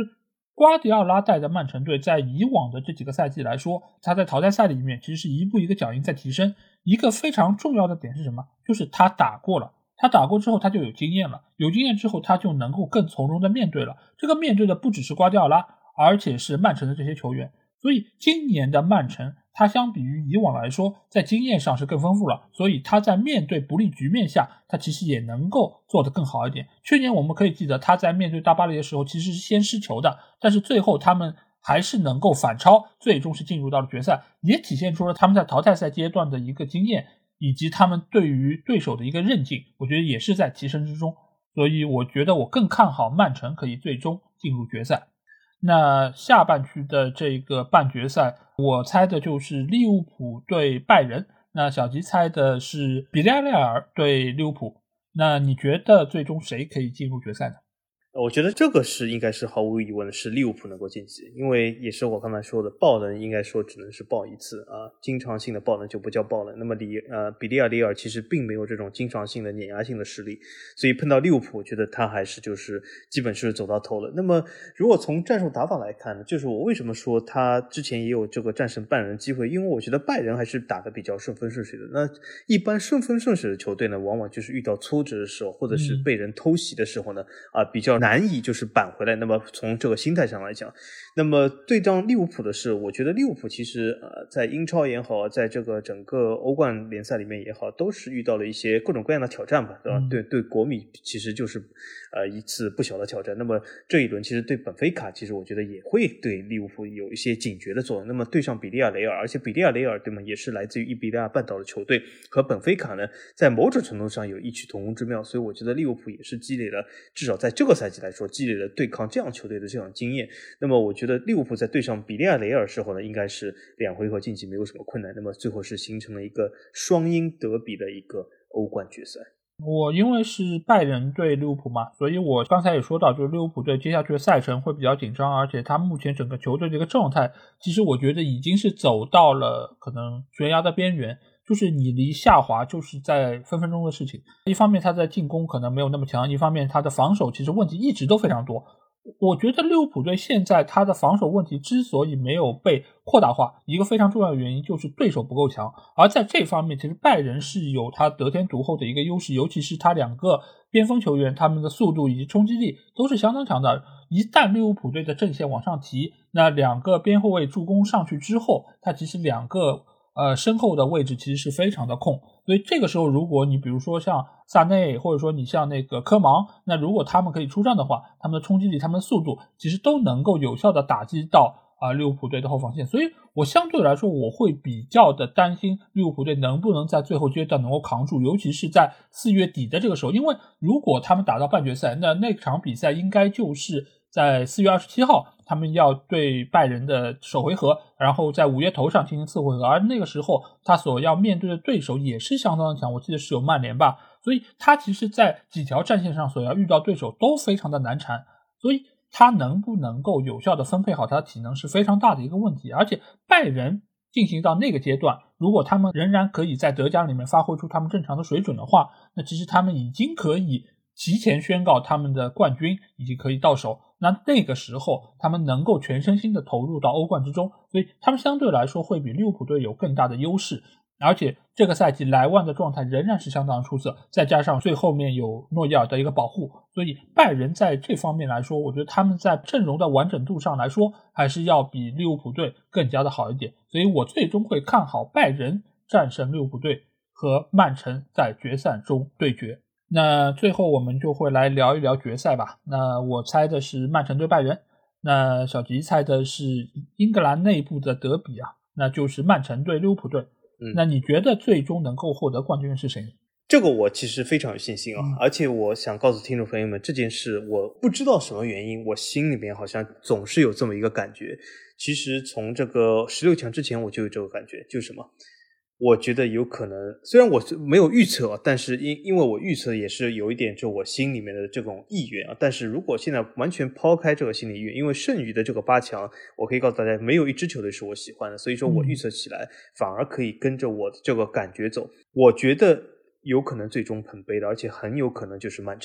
瓜迪奥拉带的曼城队在以往的这几个赛季来说，他在淘汰赛里面其实是一步一个脚印在提升。一个非常重要的点是什么？就是他打过了，他打过之后他就有经验了，有经验之后他就能够更从容的面对了。这个面对的不只是瓜迪奥拉，而且是曼城的这些球员。所以今年的曼城，他相比于以往来说，在经验上是更丰富了，所以他在面对不利局面下，他其实也能够做得更好一点。去年我们可以记得他在面对大巴黎的时候其实是先失球的，但是最后他们还是能够反超，最终是进入到了决赛，也体现出了他们在淘汰赛阶段的一个经验，以及他们对于对手的一个韧劲，我觉得也是在提升之中。所以我觉得我更看好曼城可以最终进入决赛。那下半区的这个半决赛，我猜的就是利物浦对拜仁，那小吉猜的是比利亚雷尔对利物浦。那你觉得最终谁可以进入决赛呢？ 我觉得这个是应该是毫无疑问的是利物浦能够晋级，因为也是我刚才说的，爆冷应该说只能是爆一次啊，经常性的爆冷就不叫爆冷。那么里呃比利亚雷尔其实并没有这种经常性的碾压性的实力，所以碰到利物浦，我觉得他还是就是基本是走到头了。那么如果从战术打法来看呢，就是我为什么说他之前也有这个战胜拜仁的机会，因为我觉得拜仁还是打得比较顺风顺水的。那一般顺风顺水的球队呢，往往就是遇到挫折的时候，或者是被人偷袭的时候呢，啊比较难以就是扳回来。那么从这个心态上来讲，那么对仗利物浦的是，我觉得利物浦其实呃在英超也好，在这个整个欧冠联赛里面也好，都是遇到了一些各种各样的挑战吧，对吧？嗯、对对，国米其实就是呃一次不小的挑战。那么这一轮其实对本菲卡，其实我觉得也会对利物浦有一些警觉的作用。那么对上比利亚雷尔，而且比利亚雷尔对吗，也是来自于伊比利亚半岛的球队，和本菲卡呢在某种程度上有异曲同工之妙，所以我觉得利物浦也是积累了，至少在这个赛季来说，积累了对抗这样球队的这样经验。那么我觉得利物浦在对上比利亚雷尔时候呢，应该是两回合晋级没有什么困难。那么最后是形成了一个双英德比的一个欧冠决赛。 我因为是拜仁对利物浦嘛，所以我刚才也说到，就是利物浦队接下去的赛程会比较紧张，而且他目前整个球队这个状态，其实我觉得已经是走到了可能悬崖的边缘，就是你离下滑就是在分分钟的事情。一方面他在进攻可能没有那么强，一方面他的防守其实问题一直都非常多。我觉得利物浦队现在他的防守问题之所以没有被扩大化，一个非常重要的原因就是对手不够强。而在这方面，其实拜仁是有他得天独厚的一个优势，尤其是他两个边锋球员，他们的速度以及冲击力都是相当强的。一旦利物浦队的阵线往上提，那两个边后卫助攻上去之后，他其实两个呃身后的位置其实是非常的空。所以这个时候如果你比如说像萨内，或者说你像那个科芒，那如果他们可以出战的话，他们的冲击力他们的速度其实都能够有效的打击到啊、呃、利物浦队的后防线。所以我相对来说我会比较的担心利物浦队能不能在最后阶段能够扛住，尤其是在四月底的这个时候，因为如果他们打到半决赛，那那场比赛应该就是在四月二十七号他们要对拜仁的首回合，然后在五月头上进行次回合，而那个时候他所要面对的对手也是相当的强，我记得是有曼联吧，所以他其实在几条战线上所要遇到对手都非常的难缠，所以他能不能够有效的分配好他的体能是非常大的一个问题。而且拜仁进行到那个阶段，如果他们仍然可以在德甲里面发挥出他们正常的水准的话，那其实他们已经可以提前宣告他们的冠军已经可以到手，那那个时候他们能够全身心的投入到欧冠之中，所以他们相对来说会比利物浦队有更大的优势。而且这个赛季莱万的状态仍然是相当出色，再加上最后面有诺伊尔的一个保护，所以拜仁在这方面来说，我觉得他们在阵容的完整度上来说还是要比利物浦队更加的好一点，所以我最终会看好拜仁战胜利物浦队和曼城在决赛中对决。那最后我们就会来聊一聊决赛吧。那我猜的是曼城对拜仁，那小吉猜的是英格兰内部的德比啊，那就是曼城对利物浦队。嗯，那你觉得最终能够获得冠军的是谁呢？ 这个我其实非常有信心啊、嗯，而且我想告诉听众朋友们，这件事我不知道什么原因，我心里面好像总是有这么一个感觉。其实从这个十六强之前我就有这个感觉，就是什么？我觉得有可能，虽然我没有预测，但是因因为我预测也是有一点就我心里面的这种意愿啊。但是如果现在完全抛开这个心理意愿，因为剩余的这个八强，我可以告诉大家，没有一支球队是我喜欢的，所以说我预测起来反而可以跟着我的这个感觉走。我觉得有可能最终捧杯的，而且很有可能就是曼城。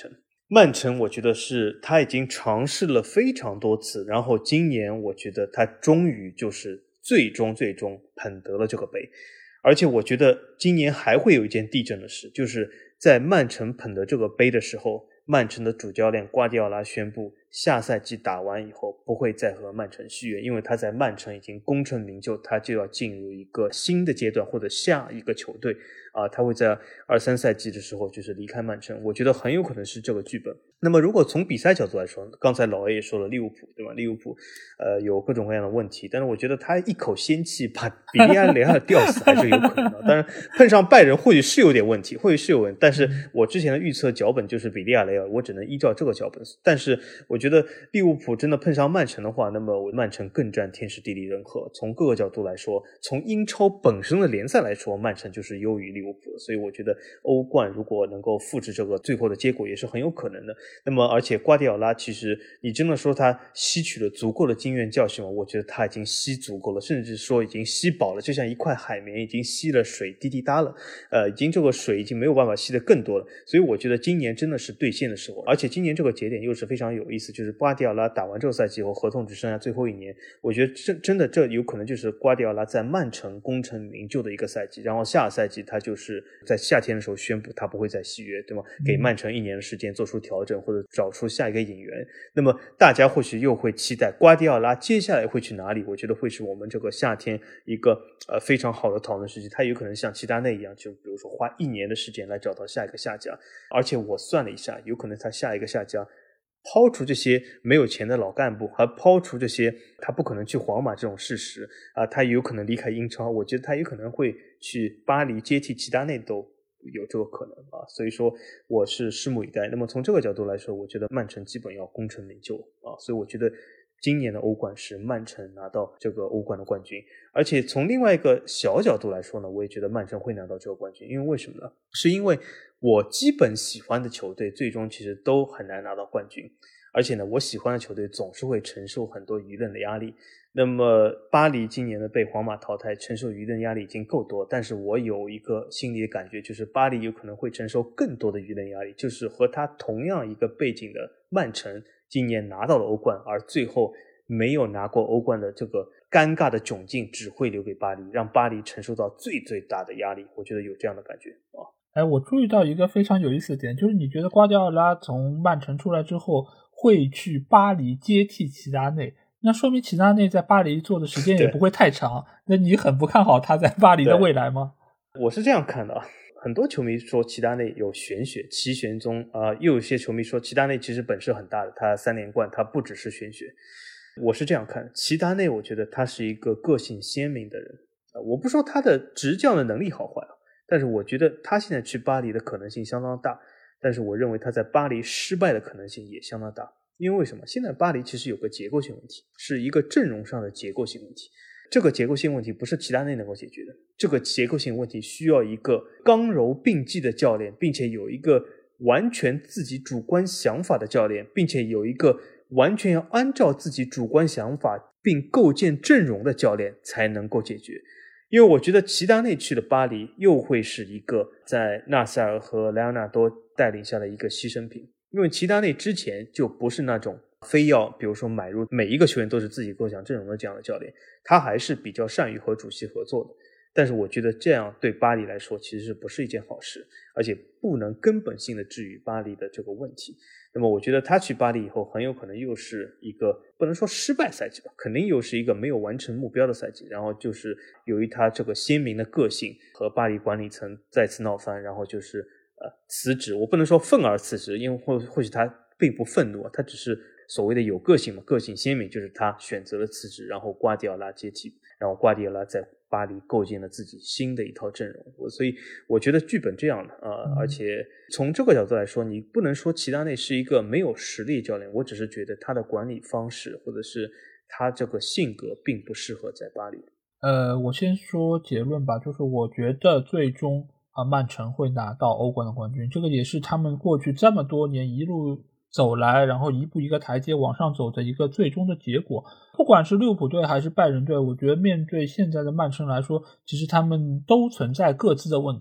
曼城我觉得是他已经尝试了非常多次，然后今年我觉得他终于就是最终最终捧得了这个杯。而且我觉得今年还会有一件地震的事，就是在曼城捧得这个杯的时候，曼城的主教练瓜迪奥拉宣布下赛季打完以后不会再和曼城续约，因为他在曼城已经功成名就，他就要进入一个新的阶段或者下一个球队啊，他会在二三赛季的时候就是离开曼城，我觉得很有可能是这个剧本。那么如果从比赛角度来说，刚才老 A 也说了利物浦对吧？利物浦呃有各种各样的问题，但是我觉得他一口仙气把比利亚雷亚尔吊死还是有可能的。当然碰上拜仁或许是有点问题，或许是有问题，但是我之前的预测脚本就是比利亚雷尔，我只能依照这个脚本。但是我觉得利物浦真的碰上曼城的话，那么曼城更占天时地利人和。从各个角度来说，从英超本身的联赛来说，曼城就是优于利物浦的，所以我觉得欧冠如果能够复制这个最后的结果也是很有可能的。那么而且瓜迪奥拉其实你真的说他吸取了足够的经验教训吗？我觉得他已经吸足够了，甚至说已经吸饱了，就像一块海绵已经吸了水滴滴答了，呃，已经这个水已经没有办法吸得更多了。所以我觉得今年真的是兑现的时候，而且今年这个节点又是非常有意思，就是瓜迪奥拉打完这个赛季后合同只剩下最后一年，我觉得真真的这有可能就是瓜迪奥拉在曼城功成名就的一个赛季，然后下赛季他就是在夏天的时候宣布他不会再续约，对吗？给曼城一年的时间做出调整或者找出下一个引援，那么大家或许又会期待瓜迪奥拉接下来会去哪里，我觉得会是我们这个夏天一个呃非常好的讨论时期，他有可能像齐达内一样，就比如说花一年的时间来找到下一个下家，而且我算了一下，有可能他下一个下家抛除这些没有钱的老干部，还抛除这些他不可能去皇马这种事实啊，他有可能离开英超，我觉得他有可能会去巴黎接替齐达内都有这个可能啊，所以说我是拭目以待。那么从这个角度来说，我觉得曼城基本要功成名就啊，所以我觉得今年的欧冠是曼城拿到这个欧冠的冠军。而且从另外一个小角度来说呢，我也觉得曼城会拿到这个冠军，因为为什么呢？是因为我基本喜欢的球队最终其实都很难拿到冠军，而且呢，我喜欢的球队总是会承受很多舆论的压力。那么巴黎今年的被皇马淘汰，承受舆论压力已经够多，但是我有一个心理的感觉，就是巴黎有可能会承受更多的舆论压力，就是和他同样一个背景的曼城今年拿到了欧冠，而最后没有拿过欧冠的这个尴尬的窘境只会留给巴黎，让巴黎承受到最最大的压力，我觉得有这样的感觉啊。 哎，我注意到一个非常有意思的点，就是你觉得瓜迪奥拉从曼城出来之后会去巴黎接替齐达内，那说明齐达内在巴黎做的时间也不会太长，那你很不看好他在巴黎的未来吗？ 我是这样看的啊，很多球迷说齐达内有玄学，奇玄宗啊、呃，又有些球迷说齐达内其实本事很大的，他三连冠他不只是玄学。我是这样看，齐达内我觉得他是一个个性鲜明的人、呃、我不说他的执教的能力好坏啊，但是我觉得他现在去巴黎的可能性相当大，但是我认为他在巴黎失败的可能性也相当大。因为为什么？现在巴黎其实有个结构性问题，是一个阵容上的结构性问题，这个结构性问题不是齐达内能够解决的，这个结构性问题需要一个刚柔并济的教练，并且有一个完全自己主观想法的教练，并且有一个完全要按照自己主观想法并构建阵容的教练才能够解决。因为我觉得齐达内去了巴黎又会是一个在纳塞尔和莱昂纳多带领下的一个牺牲品，因为齐达内之前就不是那种非要比如说买入每一个球员都是自己构想阵容的这样的教练，他还是比较善于和主席合作的。但是我觉得这样对巴黎来说其实不是一件好事，而且不能根本性的治愈巴黎的这个问题。那么我觉得他去巴黎以后很有可能又是一个不能说失败赛季吧，肯定又是一个没有完成目标的赛季，然后就是由于他这个鲜明的个性和巴黎管理层再次闹翻，然后就是呃辞职。我不能说愤而辞职，因为或或许他并不愤怒，他只是所谓的有个性嘛，个性鲜明，就是他选择了辞职，然后瓜迪奥拉接替，然后瓜迪奥拉在巴黎构建了自己新的一套阵容。所以我觉得剧本这样的呃，而且从这个角度来说，你不能说齐达内是一个没有实力教练，我只是觉得他的管理方式或者是他这个性格并不适合在巴黎。 呃，我先说结论吧，就是我觉得最终啊，曼城会拿到欧冠的冠军，这个也是他们过去这么多年一路走来，然后一步一个台阶往上走的一个最终的结果。不管是利物浦队还是拜仁队，我觉得面对现在的曼城来说，其实他们都存在各自的问题。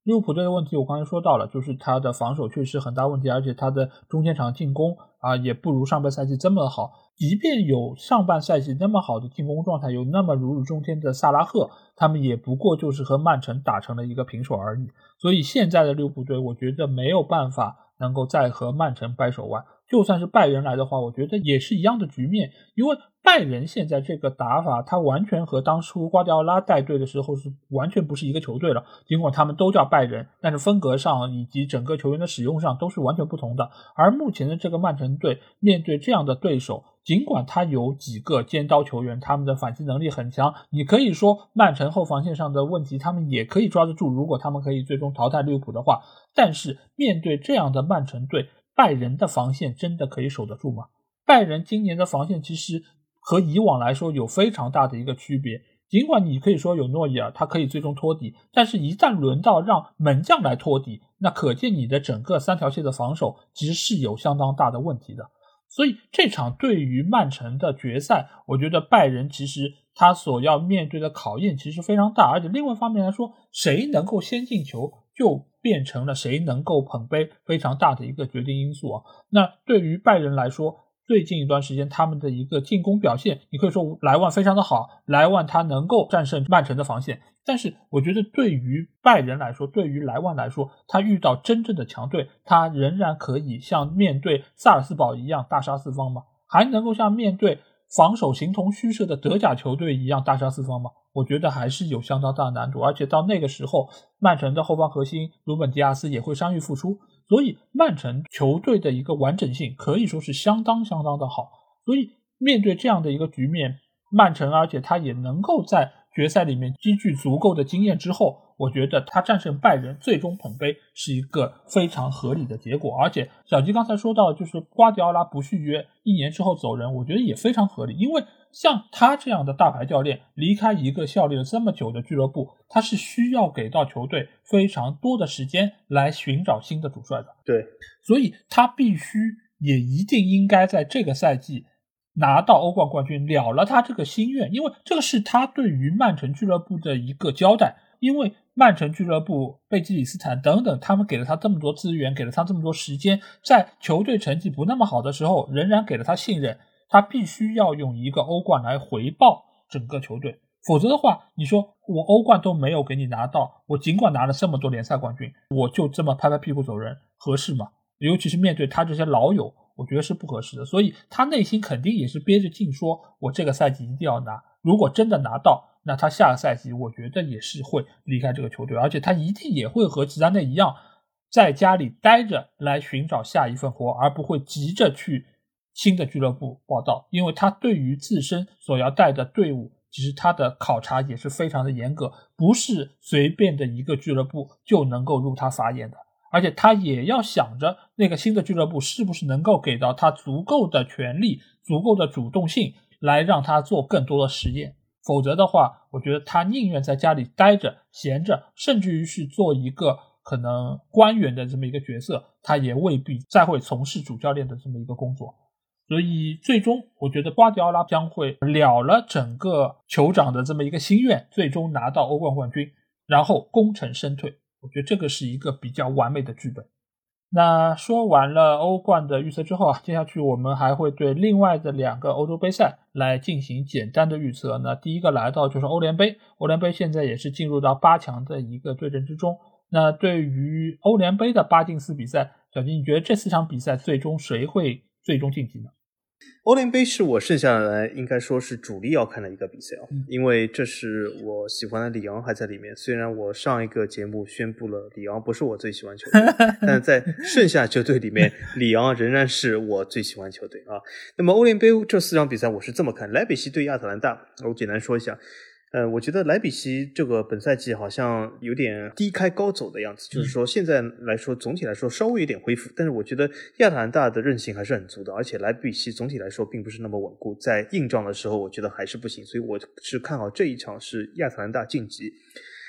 利物浦队的问题我刚才说到了，就是他的防守确实很大问题，而且他的中间场进攻啊也不如上半赛季这么好。即便有上半赛季那么好的进攻状态，有那么如日中天的萨拉赫，他们也不过就是和曼城打成了一个平手而已。所以现在的利物浦队我觉得没有办法能够再和曼城掰手腕，就算是拜仁来的话，我觉得也是一样的局面。因为拜仁现在这个打法，他完全和当初瓜迪奥拉带队的时候是完全不是一个球队了。尽管他们都叫拜仁，但是风格上以及整个球员的使用上都是完全不同的。而目前的这个曼城队面对这样的对手，尽管他有几个尖刀球员，他们的反击能力很强，你可以说曼城后防线上的问题他们也可以抓得住，如果他们可以最终淘汰利物浦的话。但是面对这样的曼城队，拜仁的防线真的可以守得住吗？拜仁今年的防线其实和以往来说有非常大的一个区别，尽管你可以说有诺伊尔他可以最终托底，但是一旦轮到让门将来托底，那可见你的整个三条线的防守其实是有相当大的问题的。所以这场对于曼城的决赛，我觉得拜仁其实他所要面对的考验其实非常大，而且另外一方面来说，谁能够先进球就变成了谁能够捧杯非常大的一个决定因素啊。那对于拜仁来说，最近一段时间他们的一个进攻表现，你可以说莱万非常的好，莱万他能够战胜曼城的防线，但是我觉得对于拜仁来说，对于莱万来说，他遇到真正的强队，他仍然可以像面对萨尔斯堡一样大杀四方吗？还能够像面对防守形同虚设的德甲球队一样大杀四方吗？我觉得还是有相当大的难度，而且到那个时候曼城的后方核心鲁本迪亚斯也会伤愈复出，所以曼城球队的一个完整性可以说是相当相当的好。所以面对这样的一个局面，曼城而且他也能够在决赛里面积聚足够的经验之后，我觉得他战胜拜仁最终捧杯是一个非常合理的结果。而且小吉刚才说到就是瓜迪奥拉不续约一年之后走人，我觉得也非常合理，因为像他这样的大牌教练离开一个效力了这么久的俱乐部，他是需要给到球队非常多的时间来寻找新的主帅的。 对， 所以他必须也一定应该在这个赛季拿到欧冠冠军，了了他这个心愿，因为这个是他对于曼城俱乐部的一个交代。因为曼城俱乐部、贝基里斯坦等等，他们给了他这么多资源，给了他这么多时间，在球队成绩不那么好的时候仍然给了他信任，他必须要用一个欧冠来回报整个球队。否则的话，你说我欧冠都没有给你拿到，我尽管拿了这么多联赛冠军，我就这么拍拍屁股走人，合适吗？尤其是面对他这些老友，我觉得是不合适的。所以他内心肯定也是憋着劲说，我这个赛季一定要拿，如果真的拿到，那他下个赛季我觉得也是会离开这个球队，而且他一定也会和齐达内一样在家里待着来寻找下一份活，而不会急着去新的俱乐部报道。因为他对于自身所要带的队伍，其实他的考察也是非常的严格，不是随便的一个俱乐部就能够入他法眼的。而且他也要想着那个新的俱乐部是不是能够给到他足够的权利、足够的主动性来让他做更多的实验。否则的话，我觉得他宁愿在家里待着闲着，甚至于是做一个可能官员的这么一个角色，他也未必再会从事主教练的这么一个工作。所以最终我觉得瓜迪奥拉将会了了整个酋长的这么一个心愿，最终拿到欧冠冠军，然后功成身退。我觉得这个是一个比较完美的剧本。那说完了欧冠的预测之后啊，接下去我们还会对另外的两个欧洲杯赛来进行简单的预测。那第一个来到就是欧联杯，欧联杯现在也是进入到八强的一个对阵之中。那对于欧联杯的八进四比赛，小金你觉得这四场比赛最终谁会最终晋级呢？ 欧联杯是我剩下来应该说是主力要看的一个比赛哦，嗯、因为这是我喜欢的里昂还在里面。虽然我上一个节目宣布了里昂不是我最喜欢球队，但在剩下球队里面，里昂仍然是我最喜欢球队啊。那么欧联杯这四场比赛我是这么看：莱比锡对亚特兰大，我简单说一下。呃，我觉得莱比锡这个本赛季好像有点低开高走的样子，就是说现在来说总体来说稍微有点恢复，但是我觉得亚特兰大的韧性还是很足的，而且莱比锡总体来说并不是那么稳固，在硬仗的时候我觉得还是不行，所以我是看好这一场是亚特兰大晋级。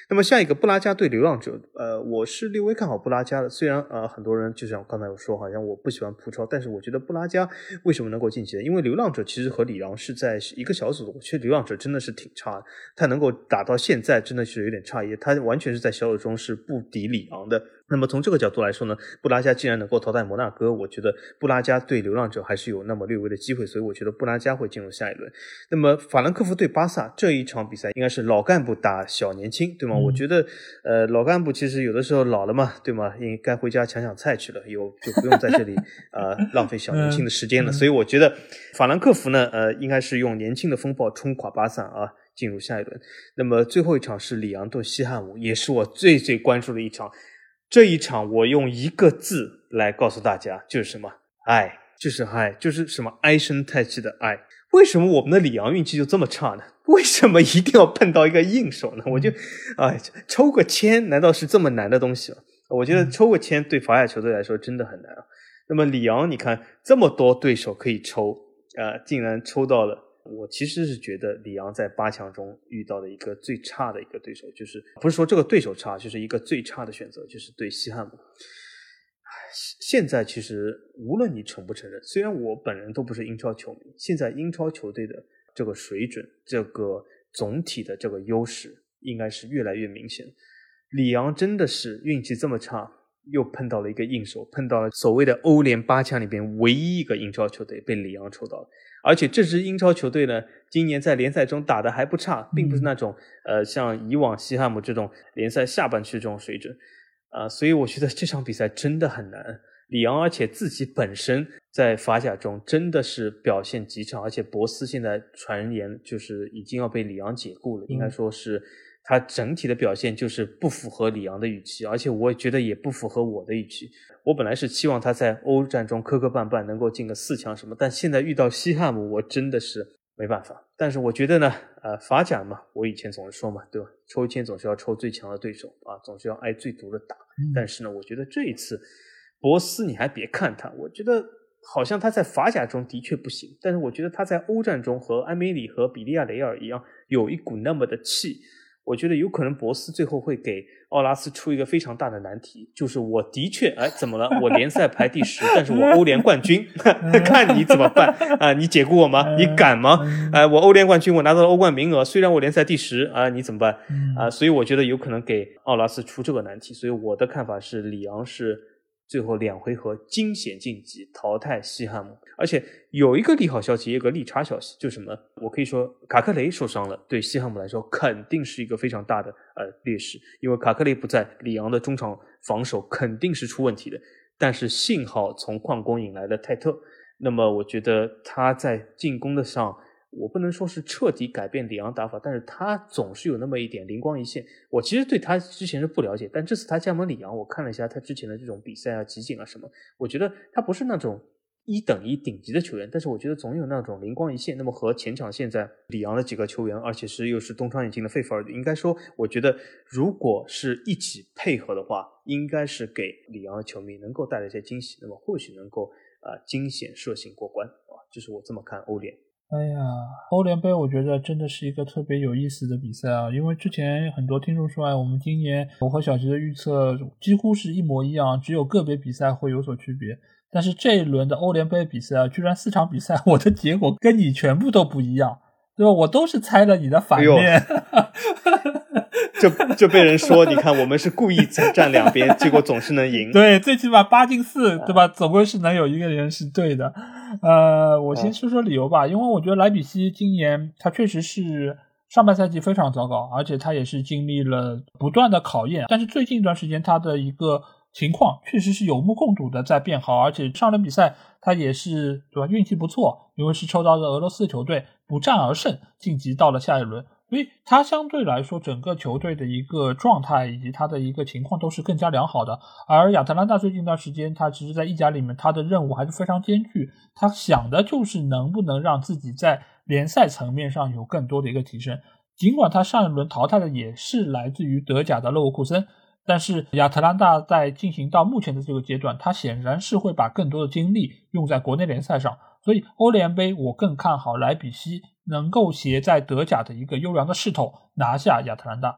那么下一个布拉加对流浪者，呃，我是略微看好布拉加的。虽然呃很多人就像刚才我说，好像我不喜欢葡超，但是我觉得布拉加为什么能够晋级呢？因为流浪者其实和里昂是在一个小组的，我觉得流浪者真的是挺差的，他能够打到现在真的是有点诧异，他完全是在小组中是不敌里昂的。那么从这个角度来说呢，布拉加既然能够淘汰摩纳哥，我觉得布拉加对流浪者还是有那么略微的机会，所以我觉得布拉加会进入下一轮。那么法兰克福对巴萨这一场比赛应该是老干部打小年轻，对吗？嗯、我觉得呃老干部其实有的时候老了嘛，对吗？应该回家抢抢菜去了，有就不用在这里呃浪费小年轻的时间了。嗯、所以我觉得法兰克福呢呃应该是用年轻的风暴冲垮巴萨啊，进入下一轮。那么最后一场是里昂对西汉姆，也是我最最关注的一场。这一场我用一个字来告诉大家，就是什么？爱，就是爱，就是什么唉声叹气的爱。为什么我们的里昂运气就这么差呢？为什么一定要碰到一个硬手呢？我就哎，抽个签难道是这么难的东西吗？我觉得抽个签对法甲球队来说真的很难啊。那么里昂你看这么多对手可以抽，呃，竟然抽到了，我其实是觉得里昂在八强中遇到的一个最差的一个对手，就是不是说这个对手差，就是一个最差的选择，就是对西汉姆。现在其实无论你承不承认，虽然我本人都不是英超球迷，现在英超球队的这个水准，这个总体的这个优势应该是越来越明显。里昂真的是运气这么差，又碰到了一个硬手，碰到了所谓的欧联八强里边唯一一个英超球队被里昂抽到了。而且这支英超球队呢，今年在联赛中打得还不差，并不是那种呃像以往西汉姆这种联赛下半区这种水准啊、呃，所以我觉得这场比赛真的很难。里昂而且自己本身在法甲中真的是表现极差，而且博斯现在传言就是已经要被里昂解雇了，应该说是他整体的表现就是不符合里昂的预期，而且我也觉得也不符合我的预期。我本来是期望他在欧战中磕磕绊绊能够进个四强什么，但现在遇到西汉姆我真的是没办法。但是我觉得呢呃，法甲嘛，我以前总是说嘛，对吧，抽签总是要抽最强的对手啊，总是要挨最毒的打、嗯、但是呢我觉得这一次博斯你还别看他，我觉得好像他在法甲中的确不行，但是我觉得他在欧战中和埃梅里和比利亚雷尔一样有一股那么的气。我觉得有可能博斯最后会给奥拉斯出一个非常大的难题，就是我的确哎怎么了，我联赛排第十但是我欧联冠军看你怎么办啊？你解雇我吗？你敢吗？哎、我欧联冠军我拿到了欧冠名额，虽然我联赛第十啊，你怎么办啊？所以我觉得有可能给奥拉斯出这个难题，所以我的看法是里昂是最后两回合惊险晋级，淘汰西汉姆。而且有一个利好消息，也有个利差消息，就是什么？我可以说卡克雷受伤了，对西汉姆来说肯定是一个非常大的呃劣势，因为卡克雷不在，里昂的中场防守肯定是出问题的。但是幸好从矿工引来的泰特，那么我觉得他在进攻的上，我不能说是彻底改变里昂打法，但是他总是有那么一点灵光一现。我其实对他之前是不了解，但这次他加盟里昂，我看了一下他之前的这种比赛啊、集锦啊什么，我觉得他不是那种一等一顶级的球员，但是我觉得总有那种灵光一现。那么和前场现在里昂的几个球员，而且是又是东窗眼睛的费弗尔，应该说我觉得如果是一起配合的话，应该是给里昂的球迷能够带来一些惊喜，那么或许能够呃惊险射性过关啊，这是我这么看欧联。 哎呀，欧联杯我觉得真的是一个特别有意思的比赛啊！因为之前很多听众说，哎，我们今年我和小吉的预测几乎是一模一样，只有个别比赛会有所区别。但是这一轮的欧联杯比赛啊，居然四场比赛我的结果跟你全部都不一样，对吧？我都是猜了你的反面。哎就就被人说你看我们是故意站两边结果总是能赢。 对，最起码八进四，对吧？总归是能有一个人是对的。呃，我先说说理由吧，因为我觉得莱比锡今年他确实是上半赛季非常糟糕，而且他也是经历了不断的考验，但是最近一段时间他的一个情况确实是有目共睹的在变好，而且上轮比赛他也是对吧运气不错，因为是抽到了俄罗斯球队不战而胜，晋级到了下一轮，所以他相对来说整个球队的一个状态以及他的一个情况都是更加良好的。而亚特兰大最近一段时间他其实在意甲里面他的任务还是非常艰巨，他想的就是能不能让自己在联赛层面上有更多的一个提升。尽管他上一轮淘汰的也是来自于德甲的勒沃库森，但是亚特兰大在进行到目前的这个阶段，他显然是会把更多的精力用在国内联赛上，所以欧联杯我更看好莱比锡能够携在德甲的一个优良的势头拿下亚特兰大。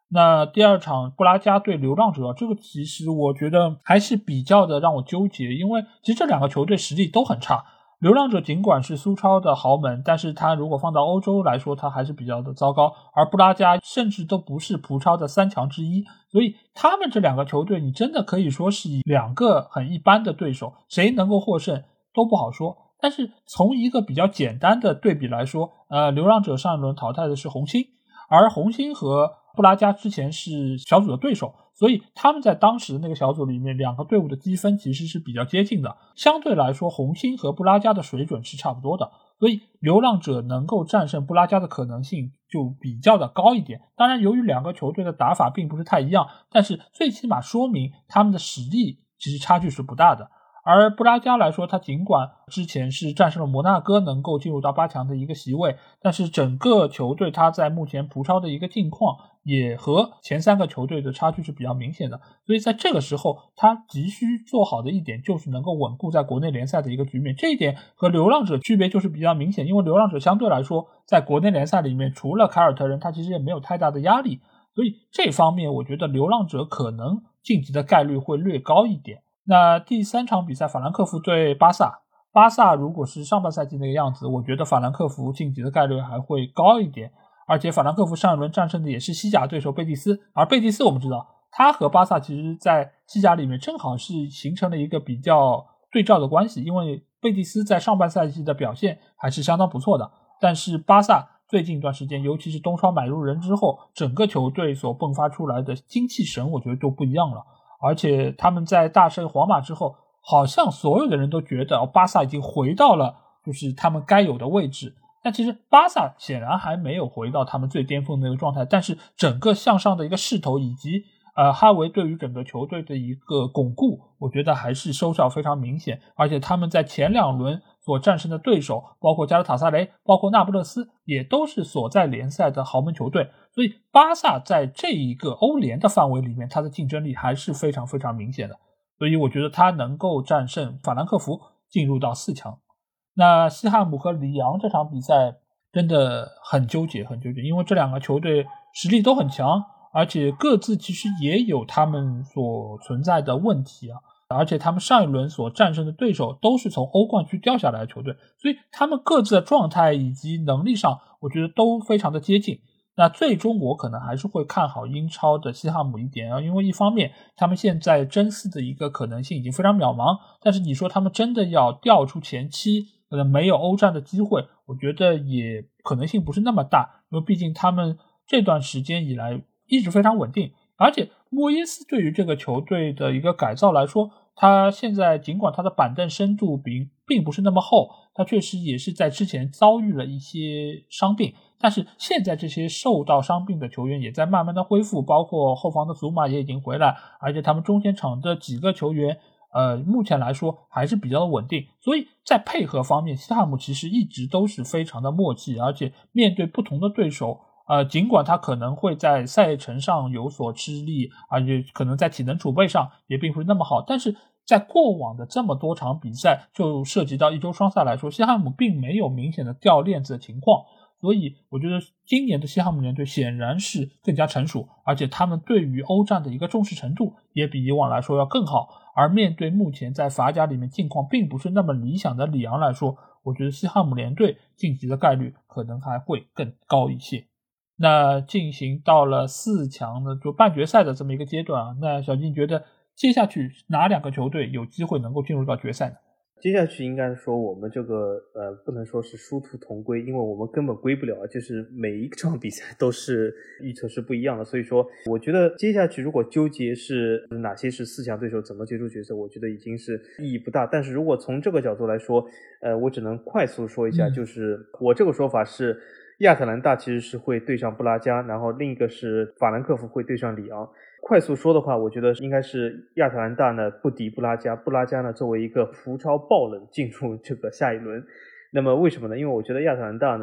那第二场布拉加对流浪者，这个其实我觉得还是比较的让我纠结，因为其实这两个球队实力都很差。流浪者尽管是苏超的豪门，但是他如果放到欧洲来说，他还是比较的糟糕，而布拉加甚至都不是葡超的三强之一，所以他们这两个球队你真的可以说是两个很一般的对手，谁能够获胜都不好说。但是从一个比较简单的对比来说，呃，流浪者上一轮淘汰的是红星，而红星和布拉加之前是小组的对手，所以他们在当时的那个小组里面，两个队伍的积分其实是比较接近的。相对来说，红星和布拉加的水准是差不多的，所以流浪者能够战胜布拉加的可能性就比较的高一点。当然，由于两个球队的打法并不是太一样，但是最起码说明他们的实力其实差距是不大的。而布拉加来说，他尽管之前是战胜了摩纳哥能够进入到八强的一个席位，但是整个球队他在目前葡超的一个境况也和前三个球队的差距是比较明显的，所以在这个时候他急需做好的一点就是能够稳固在国内联赛的一个局面。这一点和流浪者区别就是比较明显，因为流浪者相对来说在国内联赛里面除了凯尔特人他其实也没有太大的压力，所以这方面我觉得流浪者可能晋级的概率会略高一点。那第三场比赛法兰克福对巴萨，巴萨如果是上半赛季那个样子，我觉得法兰克福晋级的概率还会高一点，而且法兰克福上一轮战胜的也是西甲对手贝蒂斯，而贝蒂斯我们知道他和巴萨其实在西甲里面正好是形成了一个比较对照的关系，因为贝蒂斯在上半赛季的表现还是相当不错的，但是巴萨最近一段时间尤其是东窗买入人之后，整个球队所迸发出来的精气神我觉得都不一样了，而且他们在大胜皇马之后，好像所有的人都觉得巴萨已经回到了就是他们该有的位置，但其实巴萨显然还没有回到他们最巅峰的一个状态，但是整个向上的一个势头以及呃哈维对于整个球队的一个巩固，我觉得还是收效非常明显，而且他们在前两轮所战胜的对手包括加拉塔萨雷包括那不勒斯也都是所在联赛的豪门球队，所以巴萨在这一个欧联的范围里面他的竞争力还是非常非常明显的，所以我觉得他能够战胜法兰克福进入到四强。那西汉姆和里昂这场比赛真的很纠结很纠结，因为这两个球队实力都很强，而且各自其实也有他们所存在的问题啊，而且他们上一轮所战胜的对手都是从欧冠区掉下来的球队，所以他们各自的状态以及能力上我觉得都非常的接近。那最终我可能还是会看好英超的西汉姆一点啊，因为一方面他们现在争四的一个可能性已经非常渺茫，但是你说他们真的要掉出前七可能没有欧战的机会，我觉得也可能性不是那么大，因为毕竟他们这段时间以来一直非常稳定，而且莫耶斯对于这个球队的一个改造来说，他现在尽管他的板凳深度并并不是那么厚，他确实也是在之前遭遇了一些伤病，但是现在这些受到伤病的球员也在慢慢的恢复，包括后防的祖马也已经回来，而且他们中前场的几个球员呃，目前来说还是比较稳定，所以在配合方面西汉姆其实一直都是非常的默契，而且面对不同的对手呃，尽管他可能会在赛程上有所吃力，而且可能在体能储备上也并不是那么好，但是在过往的这么多场比赛就涉及到一周双赛来说，西汉姆并没有明显的掉链子的情况，所以我觉得今年的西汉姆联队显然是更加成熟，而且他们对于欧战的一个重视程度也比以往来说要更好，而面对目前在法甲里面境况并不是那么理想的里昂来说，我觉得西汉姆联队晋级的概率可能还会更高一些。那进行到了四强的就半决赛的这么一个阶段啊，那小金觉得接下去哪两个球队有机会能够进入到决赛呢？ 接下去应该说我们这个呃不能说是殊途同归，因为我们根本归不了，就是每一场比赛都是预测是不一样的，所以说我觉得接下去如果纠结是哪些是四强对手怎么决出角色，我觉得已经是意义不大，但是如果从这个角度来说呃我只能快速说一下、嗯、就是我这个说法是亚特兰大其实是会对上布拉加，然后另一个是法兰克福会对上里昂。快速说的话，我觉得应该是亚特兰大呢不敌布拉加，布拉加呢作为一个葡超爆冷进入这个下一轮。那么为什么呢？因为我觉得亚特兰大呢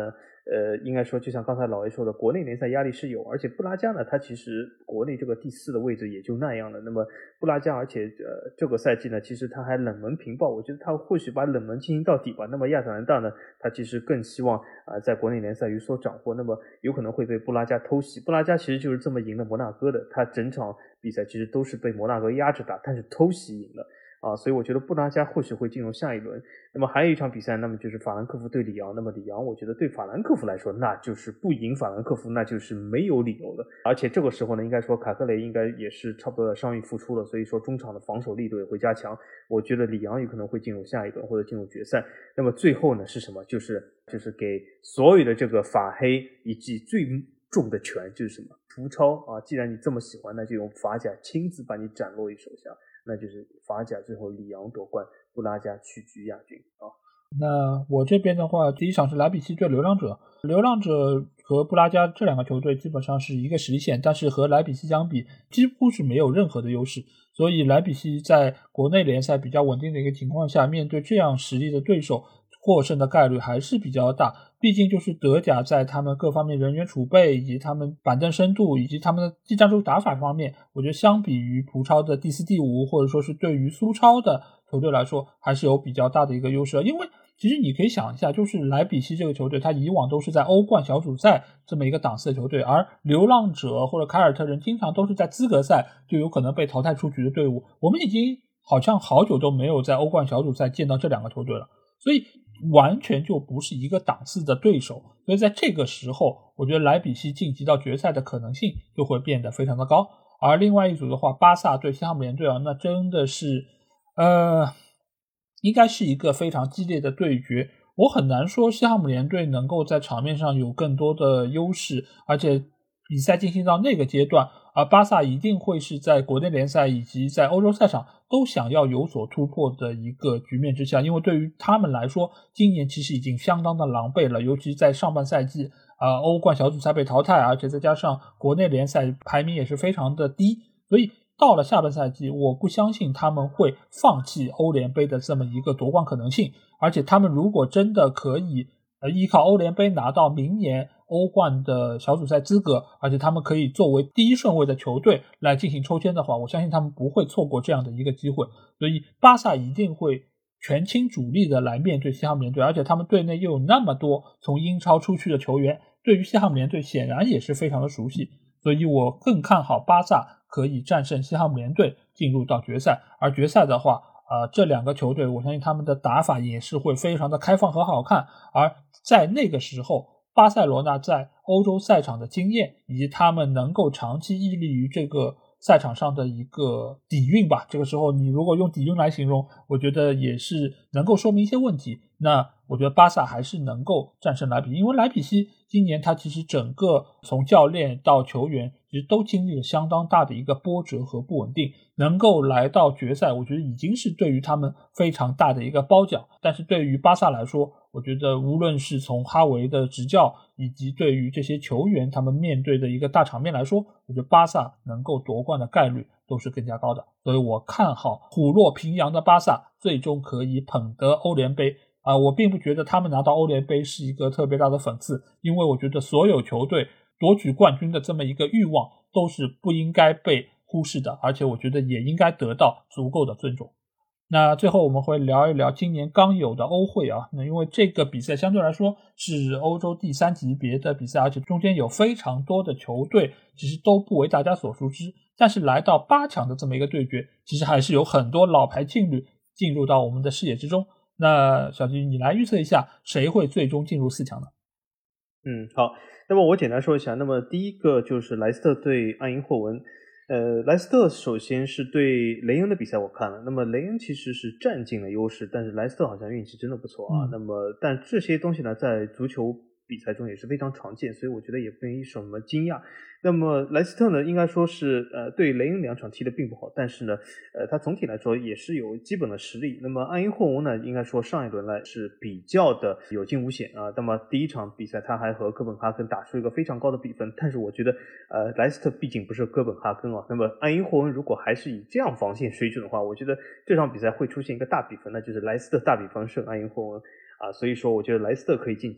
呃，应该说就像刚才老 A 说的，国内联赛压力是有，而且布拉加呢，它其实国内这个第四的位置也就那样了。那么布拉加，而且呃这个赛季呢，其实他还冷门频爆，我觉得他或许把冷门进行到底吧。那么亚特兰大呢，他其实更希望啊、呃、在国内联赛有所斩获，那么有可能会被布拉加偷袭。布拉加其实就是这么赢了摩纳哥的，他整场比赛其实都是被摩纳哥压着打，但是偷袭赢了。啊，所以我觉得布拉加或许会进入下一轮。那么还有一场比赛，那么就是法兰克福对里昂。那么里昂，我觉得对法兰克福来说，那就是不赢法兰克福，那就是没有理由的。而且这个时候呢，应该说卡克雷应该也是差不多要伤愈复出了，所以说中场的防守力度也会加强。我觉得里昂有可能会进入下一轮或者进入决赛。那么最后呢是什么？就是就是给所有的这个法黑以及最重的拳就是什么？葡超啊！既然你这么喜欢，那就用法甲亲自把你斩落于手下。那就是法甲最后里昂夺冠，布拉加屈居亚军啊。 那我这边的话，第一场是莱比锡对流浪者，流浪者和布拉加这两个球队基本上是一个实力线，但是和莱比锡相比，几乎是没有任何的优势。所以莱比锡在国内联赛比较稳定的一个情况下，面对这样实力的对手，获胜的概率还是比较大。毕竟就是德甲在他们各方面人员储备以及他们板凳深度以及他们的技战术打法方面，我觉得相比于葡超的第四第五，或者说是对于苏超的球队来说，还是有比较大的一个优势。因为其实你可以想一下，就是莱比锡这个球队，他以往都是在欧冠小组赛这么一个档次的球队，而流浪者或者凯尔特人经常都是在资格赛就有可能被淘汰出局的队伍。我们已经好像好久都没有在欧冠小组赛见到这两个球队了，所以完全就不是一个档次的对手。所以在这个时候，我觉得莱比锡晋级到决赛的可能性就会变得非常的高。而另外一组的话，巴萨对西汉姆联队啊，那真的是呃，应该是一个非常激烈的对决。我很难说西汉姆联队能够在场面上有更多的优势，而且比赛进行到那个阶段，而巴萨一定会是在国内联赛以及在欧洲赛场都想要有所突破的一个局面之下。因为对于他们来说，今年其实已经相当的狼狈了，尤其在上半赛季呃，欧冠小组赛被淘汰，而且再加上国内联赛排名也是非常的低，所以到了下半赛季，我不相信他们会放弃欧联杯的这么一个夺冠可能性。而且他们如果真的可以呃依靠欧联杯拿到明年欧冠的小组赛资格，而且他们可以作为第一顺位的球队来进行抽签的话，我相信他们不会错过这样的一个机会。所以巴萨一定会全倾主力的来面对西汉姆联队，而且他们队内又有那么多从英超出去的球员，对于西汉姆联队显然也是非常的熟悉。所以我更看好巴萨可以战胜西汉姆联队进入到决赛。而决赛的话呃，这两个球队我相信他们的打法也是会非常的开放和好看。而在那个时候，巴塞罗那在欧洲赛场的经验以及他们能够长期屹立于这个赛场上的一个底蕴吧，这个时候你如果用底蕴来形容，我觉得也是能够说明一些问题。那我觉得巴萨还是能够战胜莱比锡，因为莱比锡今年他其实整个从教练到球员其实都经历了相当大的一个波折和不稳定，能够来到决赛，我觉得已经是对于他们非常大的一个褒奖。但是对于巴萨来说，我觉得无论是从哈维的执教以及对于这些球员他们面对的一个大场面来说，我觉得巴萨能够夺冠的概率都是更加高的。所以我看好虎落平阳的巴萨最终可以捧得欧联杯。啊、呃，我并不觉得他们拿到欧联杯是一个特别大的讽刺，因为我觉得所有球队夺取冠军的这么一个欲望都是不应该被忽视的，而且我觉得也应该得到足够的尊重。那最后我们会聊一聊今年刚有的欧会啊，那因为这个比赛相对来说是欧洲第三级别的比赛，而且中间有非常多的球队其实都不为大家所熟知，但是来到八强的这么一个对决，其实还是有很多老牌劲旅进入到我们的视野之中。那小吉你来预测一下谁会最终进入四强呢？ 嗯，好，那么我简单说一下，那么第一个就是莱斯特对埃因霍温。呃，莱斯特首先是对雷恩的比赛我看了，那么雷恩其实是占尽了优势，但是莱斯特好像运气真的不错啊。 嗯、 那么但这些东西呢在足球比赛中也是非常常见，所以我觉得也没什么惊讶。那么莱斯特呢，应该说是呃对雷恩两场踢得并不好，但是呢，呃他总体来说也是有基本的实力。那么埃因霍温呢，应该说上一轮来是比较的有惊无险啊。那么第一场比赛他还和哥本哈根打出一个非常高的比分，但是我觉得呃莱斯特毕竟不是哥本哈根啊。那么埃因霍温如果还是以这样防线水准的话，我觉得这场比赛会出现一个大比分，那就是莱斯特大比分胜埃因霍温啊。所以说我觉得莱斯特可以晋级。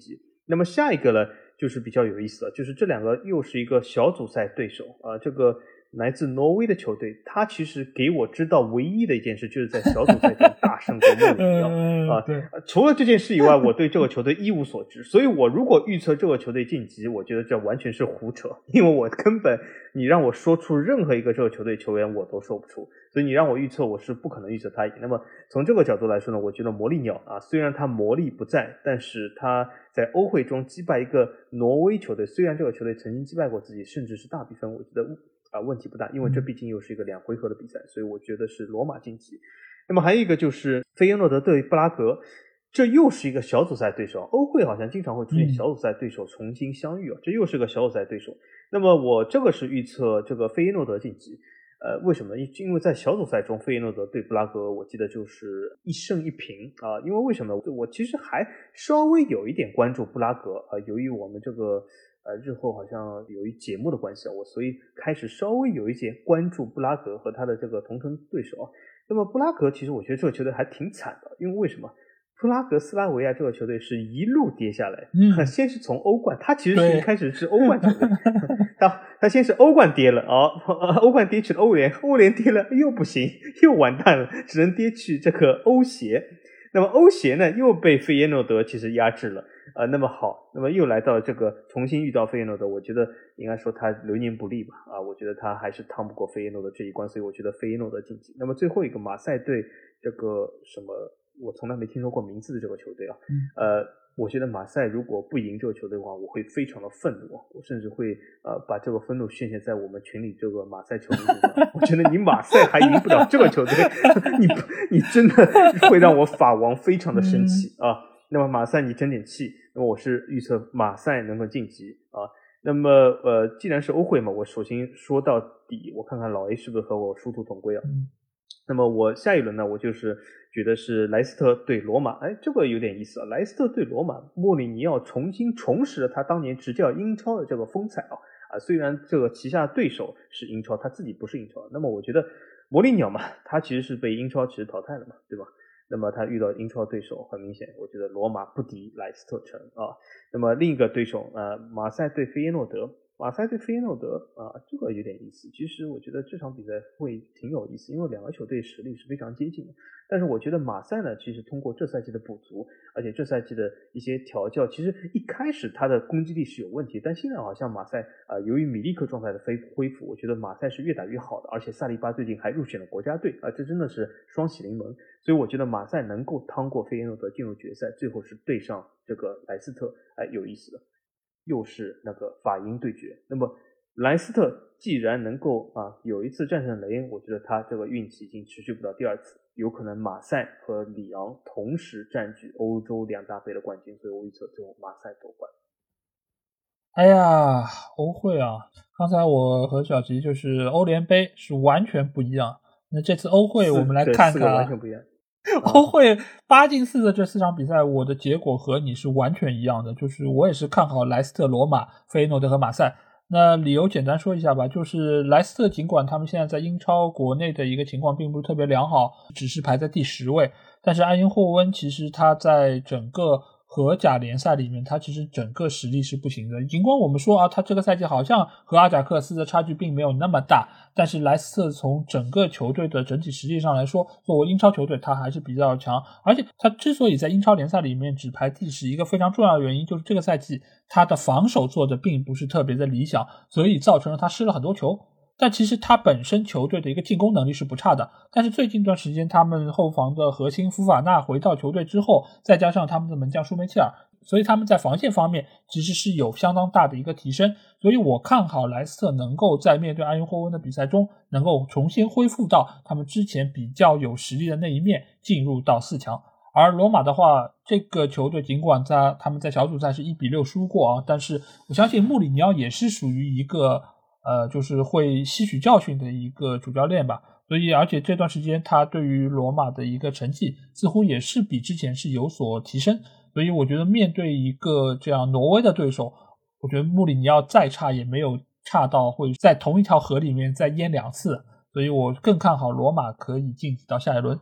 那么下一个呢就是比较有意思的，就是这两个又是一个小组赛对手啊、呃，这个来自挪威的球队，他其实给我知道唯一的一件事就是在小组赛中大胜过莫里尼奥啊。 对， 除了这件事以外，我对这个球队一无所知，所以我如果预测这个球队晋级，我觉得这完全是胡扯，因为我根本你让我说出任何一个这个球队球员我都说不出，所以你让我预测我是不可能预测他赢。那么从这个角度来说呢，我觉得魔力鸟啊，虽然他魔力不在，但是他在欧会中击败一个挪威球队，虽然这个球队曾经击败过自己，甚至是大比分，我觉得啊、呃、问题不大，因为这毕竟又是一个两回合的比赛，所以我觉得是罗马晋级。那么还有一个就是费耶诺德对布拉格，这又是一个小组赛对手，欧会好像经常会出现小组赛对手重新相遇啊，这又是个小组赛对手。那么我这个是预测这个费耶诺德晋级。呃，为什么？因为在小组赛中，费耶诺德对布拉格，我记得就是一胜一平啊、呃。因为为什么？我其实还稍微有一点关注布拉格啊、呃，由于我们这个呃日后好像有一节目的关系啊，我所以开始稍微有一些关注布拉格和他的这个同城对手。那么布拉格其实我觉得这个球队还挺惨的，因为为什么？布拉格斯拉维亚这个球队是一路跌下来，嗯，先是从欧冠，他其实是一开始是欧冠球队，他他先是欧冠跌了啊、哦，欧冠跌去了欧联，欧联跌了又不行，又完蛋了，只能跌去这个欧协。那么欧协呢又被费耶诺德其实压制了，呃，那么好，那么又来到了这个重新遇到费耶诺德，我觉得应该说他流年不利吧，啊，我觉得他还是趟不过费耶诺德这一关，所以我觉得费耶诺德晋级。那么最后一个马赛对这个什么？我从来没听说过名字的这个球队啊，呃，我觉得马赛如果不赢这个球队的话，我会非常的愤怒，我甚至会呃把这个愤怒宣泄在我们群里这个马赛球迷身上。我觉得你马赛还赢不了这个球队，你你真的会让我法王非常的生气啊。那么马赛你争点气，那么我是预测马赛能够晋级啊。那么呃，既然是欧会嘛，我首先说到底，我看看老 A 是不是和我殊途同归啊。嗯，那么我下一轮呢，我就是觉得是莱斯特对罗马，哎，这个有点意思啊。莱斯特对罗马，莫里尼奥重新重拾了他当年执教英超的这个风采啊。啊，虽然这个旗下的对手是英超，他自己不是英超，那么我觉得莫里尼奥嘛，他其实是被英超其实淘汰了嘛，对吧？那么他遇到英超对手，很明显，我觉得罗马不敌莱斯特城啊。那么另一个对手，呃，马赛对费耶诺德。马赛对费耶诺德啊，这个有点意思。其实我觉得这场比赛会挺有意思，因为两个球队实力是非常接近的。但是我觉得马赛呢，其实通过这赛季的补足，而且这赛季的一些调教，其实一开始他的攻击力是有问题，但现在好像马赛啊、呃，由于米利克状态的恢复，我觉得马赛是越打越好的。而且萨利巴最近还入选了国家队啊，这真的是双喜临门。所以我觉得马赛能够趟过费耶诺德进入决赛，最后是对上这个莱斯特，哎，有意思的。又是那个法英对决，那么莱斯特既然能够啊有一次战胜雷恩，我觉得他这个运气已经持续不到第二次，有可能马赛和里昂同时占据欧洲两大杯的冠军，所以我预测最后马赛夺冠。 哎呀，欧会啊，刚才我和小吉就是欧联杯是完全不一样，那这次欧会我们来看看， 完全不一样。 欧会八进四的这四场比赛，我的结果和你是完全一样的，就是我也是看好莱斯特、罗马、费耶诺德和马赛。那理由简单说一下吧，就是莱斯特尽管他们现在在英超国内的一个情况并不是特别良好，只是排在第十位，但是埃因霍温其实他在整个荷甲联赛里面，他其实整个实力是不行的。尽管我们说啊，他这个赛季好像和阿贾克斯的差距并没有那么大，但是莱斯特从整个球队的整体实力上来说，作为英超球队，他还是比较强。而且他之所以在英超联赛里面只排第十，一个非常重要的原因就是这个赛季他的防守做的并不是特别的理想，所以造成了他失了很多球。但其实他本身球队的一个进攻能力是不差的，但是最近一段时间他们后防的核心福法纳回到球队之后，再加上他们的门将舒梅切尔，所以他们在防线方面其实是有相当大的一个提升，所以我看好莱斯特能够在面对埃因霍温的比赛中能够重新恢复到他们之前比较有实力的那一面，进入到四强。而罗马的话，这个球队尽管在他们在小组赛是一比六输过啊，但是我相信穆里尼奥也是属于一个呃，就是会吸取教训的一个主教练吧，所以而且这段时间他对于罗马的一个成绩似乎也是比之前是有所提升，所以我觉得面对一个这样挪威的对手，我觉得穆里尼奥再差也没有差到会在同一条河里面再淹两次，所以我更看好罗马可以晋级到下一轮。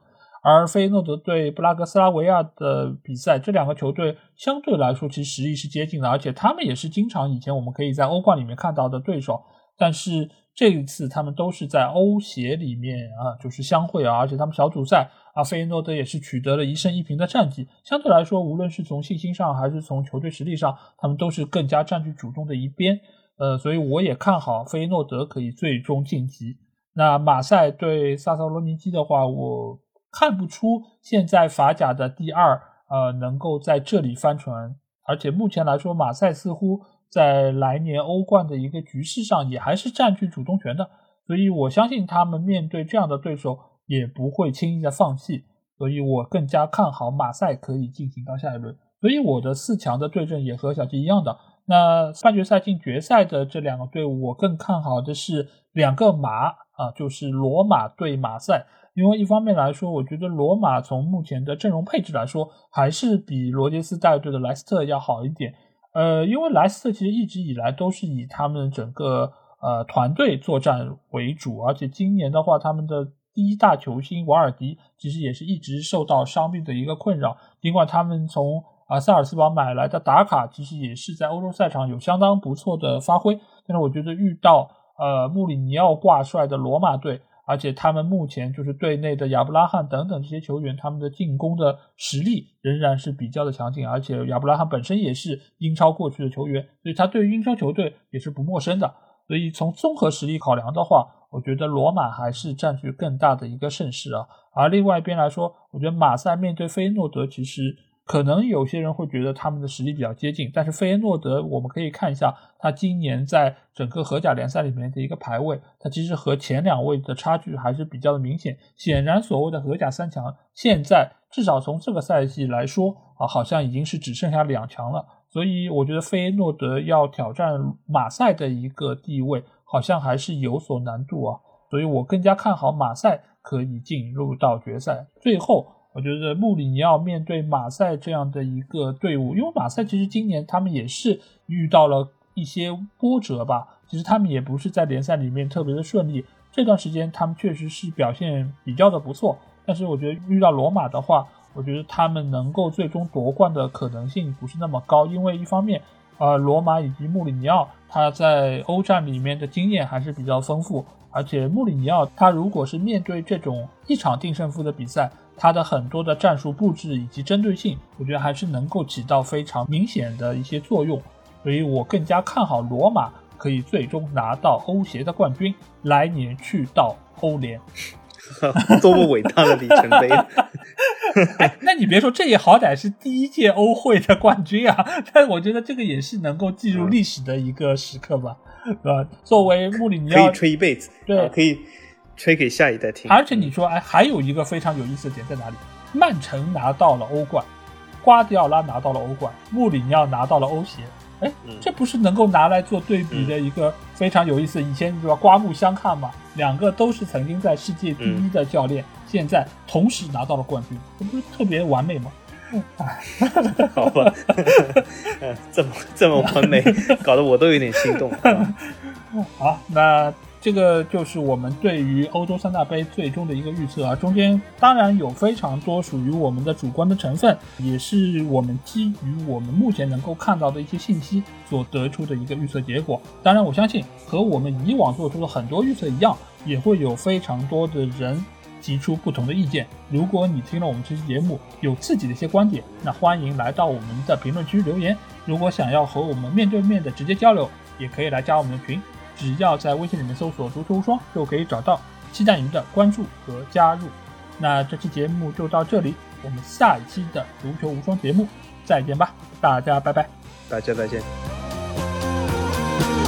而费耶诺德对布拉格斯拉维亚的比赛，这两个球队相对来说其实实力是接近的，而且他们也是经常以前我们可以在欧冠里面看到的对手，但是这一次他们都是在欧协里面啊，就是相会啊，而且他们小组赛啊，费耶诺德也是取得了一胜一平的战绩，相对来说无论是从信心上还是从球队实力上，他们都是更加占据主动的一边，呃，所以我也看好费耶诺德可以最终晋级。那马赛对萨萨罗尼基的话，我看不出现在法甲的第二呃能够在这里翻船，而且目前来说马赛似乎在来年欧冠的一个局势上也还是占据主动权的，所以我相信他们面对这样的对手也不会轻易的放弃，所以我更加看好马赛可以进行到下一轮。所以我的四强的对阵也和小吉一样的，那半决赛进决赛的这两个队伍我更看好的是两个马啊，就是罗马对马赛。因为一方面来说，我觉得罗马从目前的阵容配置来说还是比罗杰斯带队的莱斯特要好一点，呃，因为莱斯特其实一直以来都是以他们整个呃团队作战为主，而且今年的话他们的第一大球星瓦尔迪其实也是一直受到伤病的一个困扰，尽管他们从啊萨尔茨堡买来的达卡其实也是在欧洲赛场有相当不错的发挥，但是我觉得遇到呃穆里尼奥挂帅的罗马队，而且他们目前就是队内的亚布拉罕等等这些球员，他们的进攻的实力仍然是比较的强劲，而且亚布拉罕本身也是英超过去的球员，所以他对于英超球队也是不陌生的，所以从综合实力考量的话，我觉得罗马还是占据更大的一个胜势啊。而另外一边来说，我觉得马赛面对费耶诺德，其实可能有些人会觉得他们的实力比较接近，但是费耶诺德我们可以看一下他今年在整个荷甲联赛里面的一个排位，他其实和前两位的差距还是比较的明显，显然所谓的荷甲三强现在至少从这个赛季来说啊，好像已经是只剩下两强了，所以我觉得费耶诺德要挑战马赛的一个地位好像还是有所难度啊，所以我更加看好马赛可以进入到决赛。最后我觉得穆里尼奥面对马赛这样的一个队伍，因为马赛其实今年他们也是遇到了一些波折吧，其实他们也不是在联赛里面特别的顺利，这段时间他们确实是表现比较的不错，但是我觉得遇到罗马的话，我觉得他们能够最终夺冠的可能性不是那么高，因为一方面呃，罗马以及穆里尼奥他在欧战里面的经验还是比较丰富，而且穆里尼奥他如果是面对这种一场定胜负的比赛，他的很多的战术布置以及针对性我觉得还是能够起到非常明显的一些作用，所以我更加看好罗马可以最终拿到欧协的冠军，来年去到欧联。 多么伟大的里程碑哎，那你别说，这也好歹是第一届欧会的冠军啊，但我觉得这个也是能够记入历史的一个时刻吧，对吧？作为穆里尼奥可以吹一辈子，对、啊，可以吹给下一代听。 而且你说，哎，还有一个非常有意思的点在哪里？曼城拿到了欧冠，瓜迪奥拉拿到了欧冠，穆里尼奥拿到了欧协，哎，这不是能够拿来做对比的一个非常有意思的？以前对吧，刮目相看嘛，两个都是曾经在世界第一的教练，嗯、现在同时拿到了冠军，这不是特别完美吗？ 好吧，这么这么完美，搞得我都有点心动。 好，那这个就是我们对于欧洲三大杯最终的一个预测啊，中间当然有非常多属于我们的主观的成分，也是我们基于我们目前能够看到的一些信息所得出的一个预测结果。当然我相信和我们以往做出的很多预测一样，也会有非常多的人提出不同的意见。如果你听了我们这期节目有自己的一些观点，那欢迎来到我们的评论区留言。如果想要和我们面对面的直接交流，也可以来加我们的群，只要在微信里面搜索足球无双就可以找到，期待您的关注和加入。那这期节目就到这里，我们下一期的足球无双节目再见吧，大家拜拜， 大家再见。